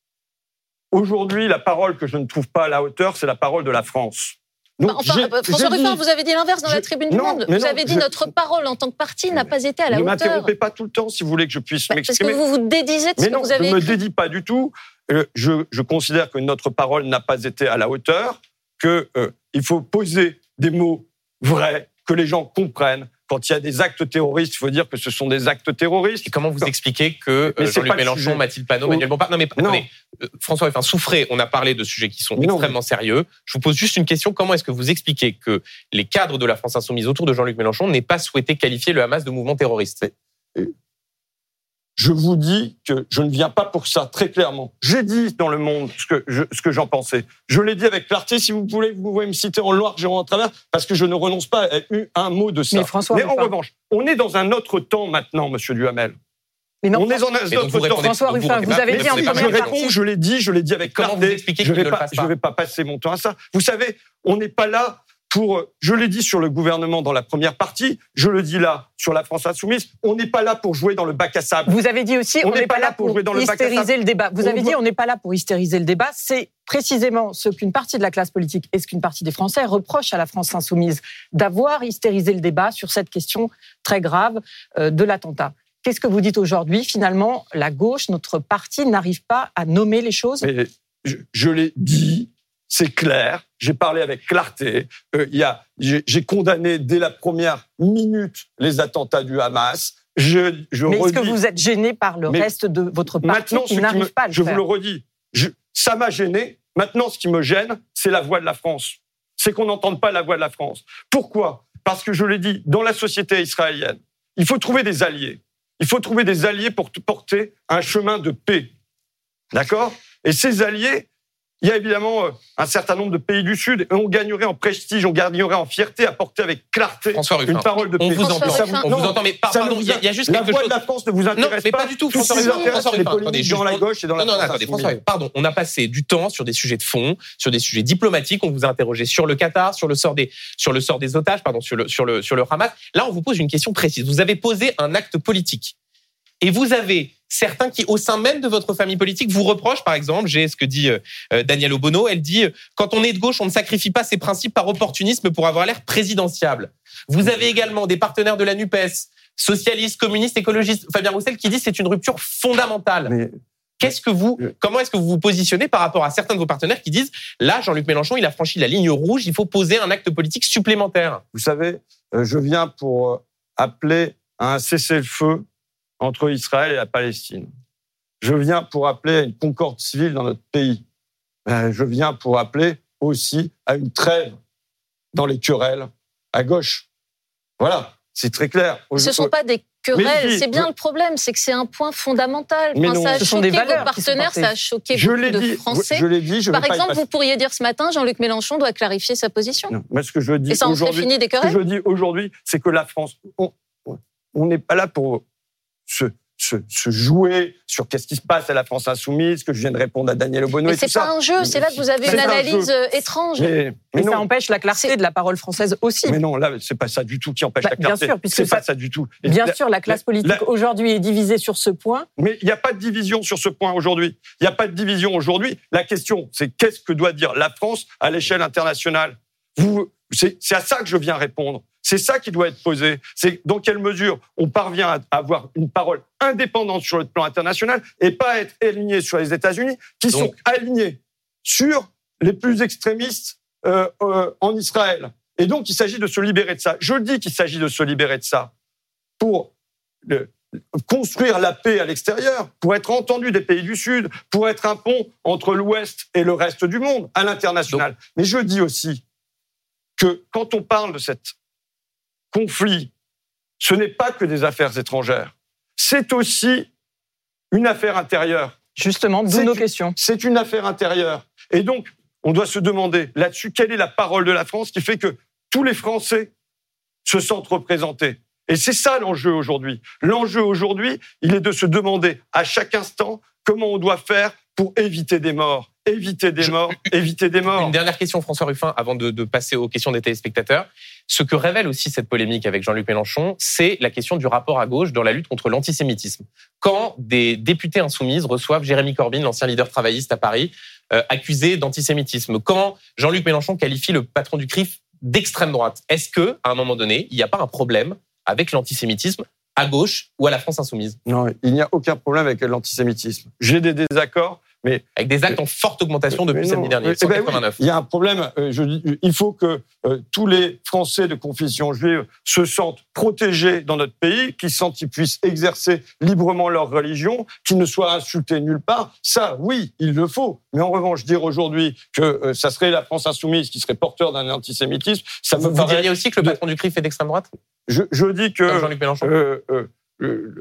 aujourd'hui, la parole que je ne trouve pas à la hauteur, c'est la parole de la France. Donc, bah, enfin, j'ai, François Ruffin, vous avez dit l'inverse dans je, la tribune du non, Monde. Vous non, avez dit je, notre parole en tant que parti n'a pas été à la ne hauteur. Ne m'interrompez pas tout le temps si vous voulez que je puisse bah, m'exprimer. Parce que vous vous dédisez de Mais ce non, que vous avez je ne écrit. me dédie pas du tout. Euh, je, je considère que notre parole n'a pas été à la hauteur, qu'il euh, faut poser des mots vrais, que les gens comprennent. Quand il y a des actes terroristes, il faut dire que ce sont des actes terroristes. Et comment vous expliquez que mais Jean-Luc Mélenchon, Mathilde Panot, Manuel Bompard... Non, mais attendez, François Ruffin, souffrez, on a parlé de sujets qui sont mais extrêmement non. sérieux. Je vous pose juste une question. Comment est-ce que vous expliquez que les cadres de la France insoumise autour de Jean-Luc Mélenchon n'aient pas souhaité qualifier le Hamas de mouvement terroriste ? Je vous dis que je ne viens pas pour ça, très clairement. J'ai dit dans Le Monde ce que, je, ce que j'en pensais. Je l'ai dit avec clarté, si vous voulez, vous pouvez me citer en loire, en travers, parce que je ne renonce pas à un mot de ça. Mais, François, Mais en pas. revanche, on est dans un autre temps maintenant, monsieur Duhamel. Mais non, on est dans un autre temps. François Ruffin, vous avez dit en première Je réponds, je l'ai dit, je l'ai dit avec clarté. Je ne vais pas, je vais pas passer mon temps à ça. Vous savez, on n'est pas là... Pour, je l'ai dit sur le gouvernement dans la première partie, je le dis là sur la France insoumise, on n'est pas là pour jouer dans le bac à sable. Vous avez dit aussi, on n'est pas là pour, pour jouer dans le bac à sable. Hystériser le débat. Vous on avez dit, on n'est pas là pour hystériser le débat. C'est précisément ce qu'une partie de la classe politique et ce qu'une partie des Français reprochent à la France insoumise, d'avoir hystérisé le débat sur cette question très grave euh, de l'attentat. Qu'est-ce que vous dites aujourd'hui ? Finalement, la gauche, notre parti, n'arrive pas à nommer les choses ? Mais je, je l'ai dit, c'est clair. j'ai parlé avec clarté. Euh, il y a, j'ai, j'ai condamné dès la première minute les attentats du Hamas. Je, je mais redis, est-ce que vous êtes gêné par le reste de votre parti qui n'arrive me, pas à le je faire? Je vous le redis, je, ça m'a gêné. Maintenant, ce qui me gêne, c'est la voix de la France. C'est qu'on n'entende pas la voix de la France. Pourquoi ? Parce que je l'ai dit, dans la société israélienne, il faut trouver des alliés. Il faut trouver des alliés pour porter un chemin de paix. D'accord ? Et ces alliés, il y a évidemment un certain nombre de pays du Sud, et on gagnerait en prestige, on gagnerait en fierté à porter avec clarté une parole de paix. On vous entend, on vous entend, mais pardon, il y a juste quelque chose. La voix de la France ne vous intéresse pas. Non, mais pas du tout, François Ruffin. François Ruffin, attendez, dans la gauche et dans la Non, non, attendez, François Ruffin, pardon. On a passé du temps sur des sujets de fond, sur des sujets diplomatiques. On vous a interrogé sur le Qatar, sur le sort des, sur le sort des otages, pardon, sur le, sur le, sur le Hamas. Là, on vous pose une question précise. Vous avez posé un acte politique. Et vous avez certains qui, au sein même de votre famille politique, vous reprochent, par exemple, j'ai ce que dit euh, Danielle Obono, elle dit « Quand on est de gauche, on ne sacrifie pas ses principes par opportunisme pour avoir l'air présidentiable ». Vous avez également des partenaires de la NUPES, socialistes, communistes, écologistes, Fabien Roussel, qui dit « C'est une rupture fondamentale ». Mais... Qu'est-ce que vous, comment est-ce que vous vous positionnez par rapport à certains de vos partenaires qui disent « Là, Jean-Luc Mélenchon, il a franchi la ligne rouge, il faut poser un acte politique supplémentaire ». Vous savez, euh, je viens pour euh, appeler à un cessez-le-feu entre Israël et la Palestine. Je viens pour appeler à une concorde civile dans notre pays. Je viens pour appeler aussi à une trêve dans les querelles à gauche. Voilà, c'est très clair. Ce ne sont pas des querelles, c'est bien je... le problème, c'est que c'est un point fondamental. Mais enfin, non, ça a ce choqué vos partenaires, ça a choqué je beaucoup de dit, Français. Je l'ai dit, je Par vais exemple, pas vous pourriez dire ce matin, Jean-Luc Mélenchon doit clarifier sa position. Non, mais ce que je dis Et ça en serait aujourd'hui, fini des querelles. Ce que je dis aujourd'hui, c'est que la France, on n'est pas là pour se... Se, se jouer sur qu'est-ce qui se passe à la France insoumise, que je viens de répondre à Daniel Obono. Mais et c'est tout pas ça. un jeu, c'est là que vous avez une analyse étrange. Mais, mais, mais ça empêche la clarté de la parole française aussi. Mais non, là, c'est pas ça du tout qui empêche bah, la clarté. Bien sûr, puisque c'est ça, pas ça du tout. Et bien la, sûr, la classe politique la, aujourd'hui est divisée sur ce point. Mais il n'y a pas de division sur ce point aujourd'hui. Il n'y a pas de division aujourd'hui. La question, c'est qu'est-ce que doit dire la France à l'échelle internationale ? Vous, c'est, c'est à ça que je viens répondre. C'est ça qui doit être posé. C'est dans quelle mesure on parvient à avoir une parole indépendante sur le plan international et pas être aligné sur les États-Unis, qui Donc, sont alignés sur les plus extrémistes euh, euh, en Israël. Et donc, il s'agit de se libérer de ça. Je dis qu'il s'agit de se libérer de ça pour le, construire la paix à l'extérieur, pour être entendu des pays du Sud, pour être un pont entre l'Ouest et le reste du monde à l'international. Donc, mais je dis aussi que quand on parle de cette conflit, ce n'est pas que des affaires étrangères. C'est aussi une affaire intérieure. Justement, d'où nos questions. C'est une affaire intérieure. Et donc, on doit se demander là-dessus, quelle est la parole de la France qui fait que tous les Français se sentent représentés. Et c'est ça l'enjeu aujourd'hui. L'enjeu aujourd'hui, il est de se demander à chaque instant comment on doit faire pour éviter des morts. Éviter des morts, Je... éviter des morts. Une dernière question, François Ruffin, avant de, de passer aux questions des téléspectateurs. Ce que révèle aussi cette polémique avec Jean-Luc Mélenchon, c'est la question du rapport à gauche dans la lutte contre l'antisémitisme. Quand des députés insoumises reçoivent Jérémy Corbyn, l'ancien leader travailliste à Paris, euh, accusé d'antisémitisme. Quand Jean-Luc Mélenchon qualifie le patron du C R I F d'extrême droite. Est-ce que, à un moment donné, il n'y a pas un problème avec l'antisémitisme à gauche ou à la France insoumise ? Non, il n'y a aucun problème avec l'antisémitisme. J'ai des désaccords, mais... Avec des actes en forte augmentation depuis samedi dernier, cent quatre-vingt-neuf. Eh ben oui, il y a un problème. Euh, je dis, il faut que euh, tous les Français de confession juive se sentent protégés dans notre pays, qu'ils sentent qu'ils puissent exercer librement leur religion, qu'ils ne soient insultés nulle part. Ça, oui, il le faut. Mais en revanche, dire aujourd'hui que euh, ça serait la France insoumise qui serait porteur d'un antisémitisme, ça vous, me paraît... Vous diriez aussi que le patron du C R I F est d'extrême droite ? Je, je dis que... Comme Jean-Luc Mélenchon. Euh, euh, euh,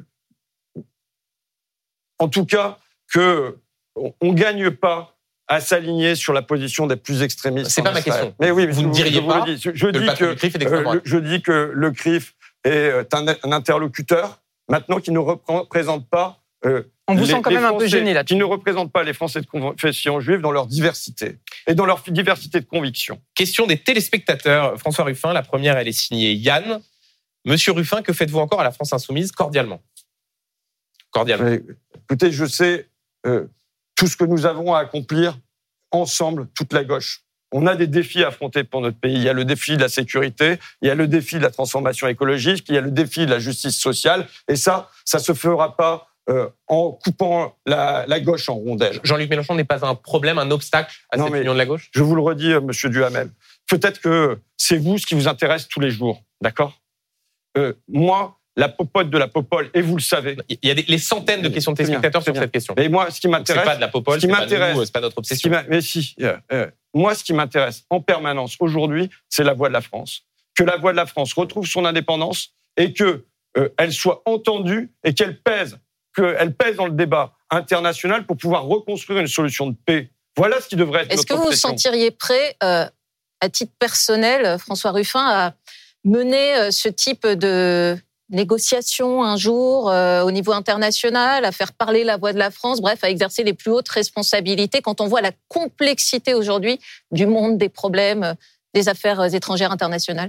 en tout cas, que... on ne gagne pas à s'aligner sur la position des plus extrémistes. C'est pas ma question. Mais oui, mais vous ne diriez je pas dis, je, je que dis le patron que, du C R I F est d'extrême droite. euh, je dis que le C R I F est un, un interlocuteur, maintenant qui ne représente pas... Euh, On vous les, sent quand même Français, un peu gêné là-dessus. Qui ne représente pas les Français de confession juive dans leur diversité et dans leur diversité de convictions. Question des téléspectateurs. François Ruffin, la première, elle est signée Yann. Monsieur Ruffin, que faites-vous encore à la France insoumise ? Cordialement. Cordialement. Mais, écoutez, je sais euh, tout ce que nous avons à accomplir ensemble, toute la gauche. On a des défis à affronter pour notre pays. Il y a le défi de la sécurité, il y a le défi de la transformation écologique, il y a le défi de la justice sociale. Et ça, ça se fera pas euh, en coupant la, la gauche en rondelles. Jean-Luc Mélenchon n'est pas un problème, un obstacle à Non, cette mais union de la gauche? Je vous le redis, euh, monsieur Duhamel. Peut-être que c'est vous ce qui vous intéresse tous les jours, d'accord? euh, Moi, la popote de la popole, et vous le savez. Il y a des, les centaines de questions de téléspectateurs sur bien. cette question. Mais moi, ce qui m'intéresse... Donc c'est pas de la popole, c'est pas nous, c'est pas notre obsession. Mais si, euh, euh, moi, ce qui m'intéresse en permanence aujourd'hui, c'est la voix de la France. Que la voix de la France retrouve son indépendance et que euh, elle soit entendue et qu'elle pèse, qu'elle pèse dans le débat international pour pouvoir reconstruire une solution de paix. Voilà ce qui devrait être Est-ce notre que vous vous obsession. sentiriez prêt, euh, à titre personnel, François Ruffin, à mener euh, ce type de négociation un jour euh, au niveau international, à faire parler la voix de la France, bref, à exercer les plus hautes responsabilités quand on voit la complexité aujourd'hui du monde, des problèmes, des affaires étrangères internationales?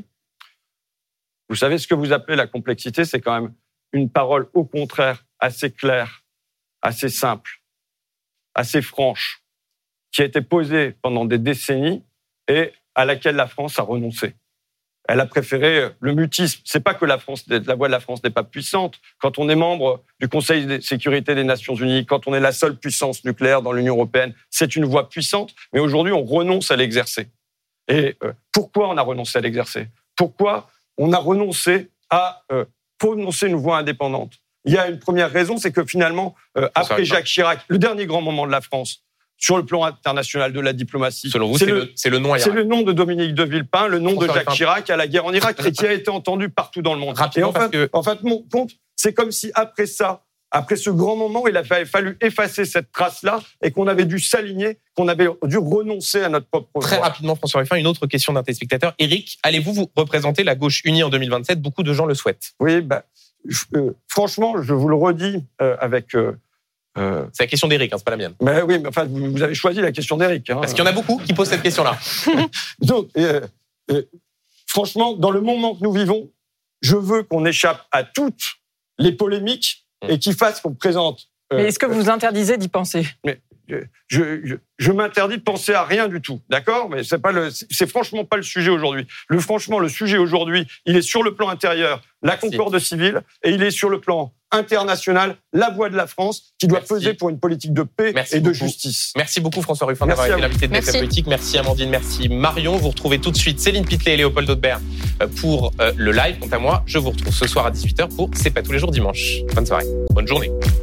Vous savez ce que vous appelez la complexité, c'est quand même une parole au contraire assez claire, assez simple, assez franche, qui a été posée pendant des décennies et à laquelle la France a renoncé. Elle a préféré le mutisme. C'est pas que la France, la voix de la France n'est pas puissante. Quand on est membre du Conseil de sécurité des Nations Unies, quand on est la seule puissance nucléaire dans l'Union européenne, c'est une voix puissante. Mais aujourd'hui, on renonce à l'exercer. Et euh, pourquoi on a renoncé à l'exercer? Pourquoi on a renoncé à euh, prononcer une voix indépendante? Il y a une première raison, c'est que finalement, euh, après Jacques Chirac, le dernier grand moment de la France, sur le plan international de la diplomatie. Selon vous, c'est, c'est, le, c'est le nom à C'est le nom de Dominique de Villepin, le nom François de Jacques Ruffin. Chirac à la guerre en Irak, et qui a été entendu partout dans le monde. Rapidement, et en fait, parce que... en fait, mon compte, c'est comme si après ça, après ce grand moment, il avait fallu effacer cette trace-là et qu'on avait dû s'aligner, qu'on avait dû renoncer à notre propre Très voix. rapidement, François Ruffin, une autre question d'un téléspectateur. Éric, allez-vous vous représenter la gauche unie en deux mille vingt-sept? Beaucoup de gens le souhaitent. Oui, bah, je, euh, franchement, je vous le redis euh, avec... Euh, Euh, c'est la question d'Éric, hein, c'est pas la mienne. Mais oui, mais enfin, vous, vous avez choisi la question d'Éric. Hein. Parce qu'il y en a beaucoup qui posent cette question-là. Donc, euh, euh, franchement, dans le moment que nous vivons, je veux qu'on échappe à toutes les polémiques et qu'il fasse qu'on présente. Euh, mais est-ce que vous interdisez d'y penser? Mais je, je, je m'interdis de penser à rien du tout, d'accord? Mais c'est pas le, c'est franchement pas le sujet aujourd'hui. Le franchement, le sujet aujourd'hui, il est sur le plan intérieur, la Merci. concorde civile, et il est sur le plan international, la voix de la France, qui doit Merci. peser pour une politique de paix Merci et de beaucoup. justice. Merci beaucoup François Ruffin Merci d'avoir été à vous. l'invité de B F M Merci. Politique. Merci Amandine, merci Marion. Vous retrouvez tout de suite Céline Pitlet et Léopold Audebert pour euh, le live. Quant à moi, je vous retrouve ce soir à dix-huit heures pour C'est pas tous les jours dimanche. Bonne soirée, bonne journée.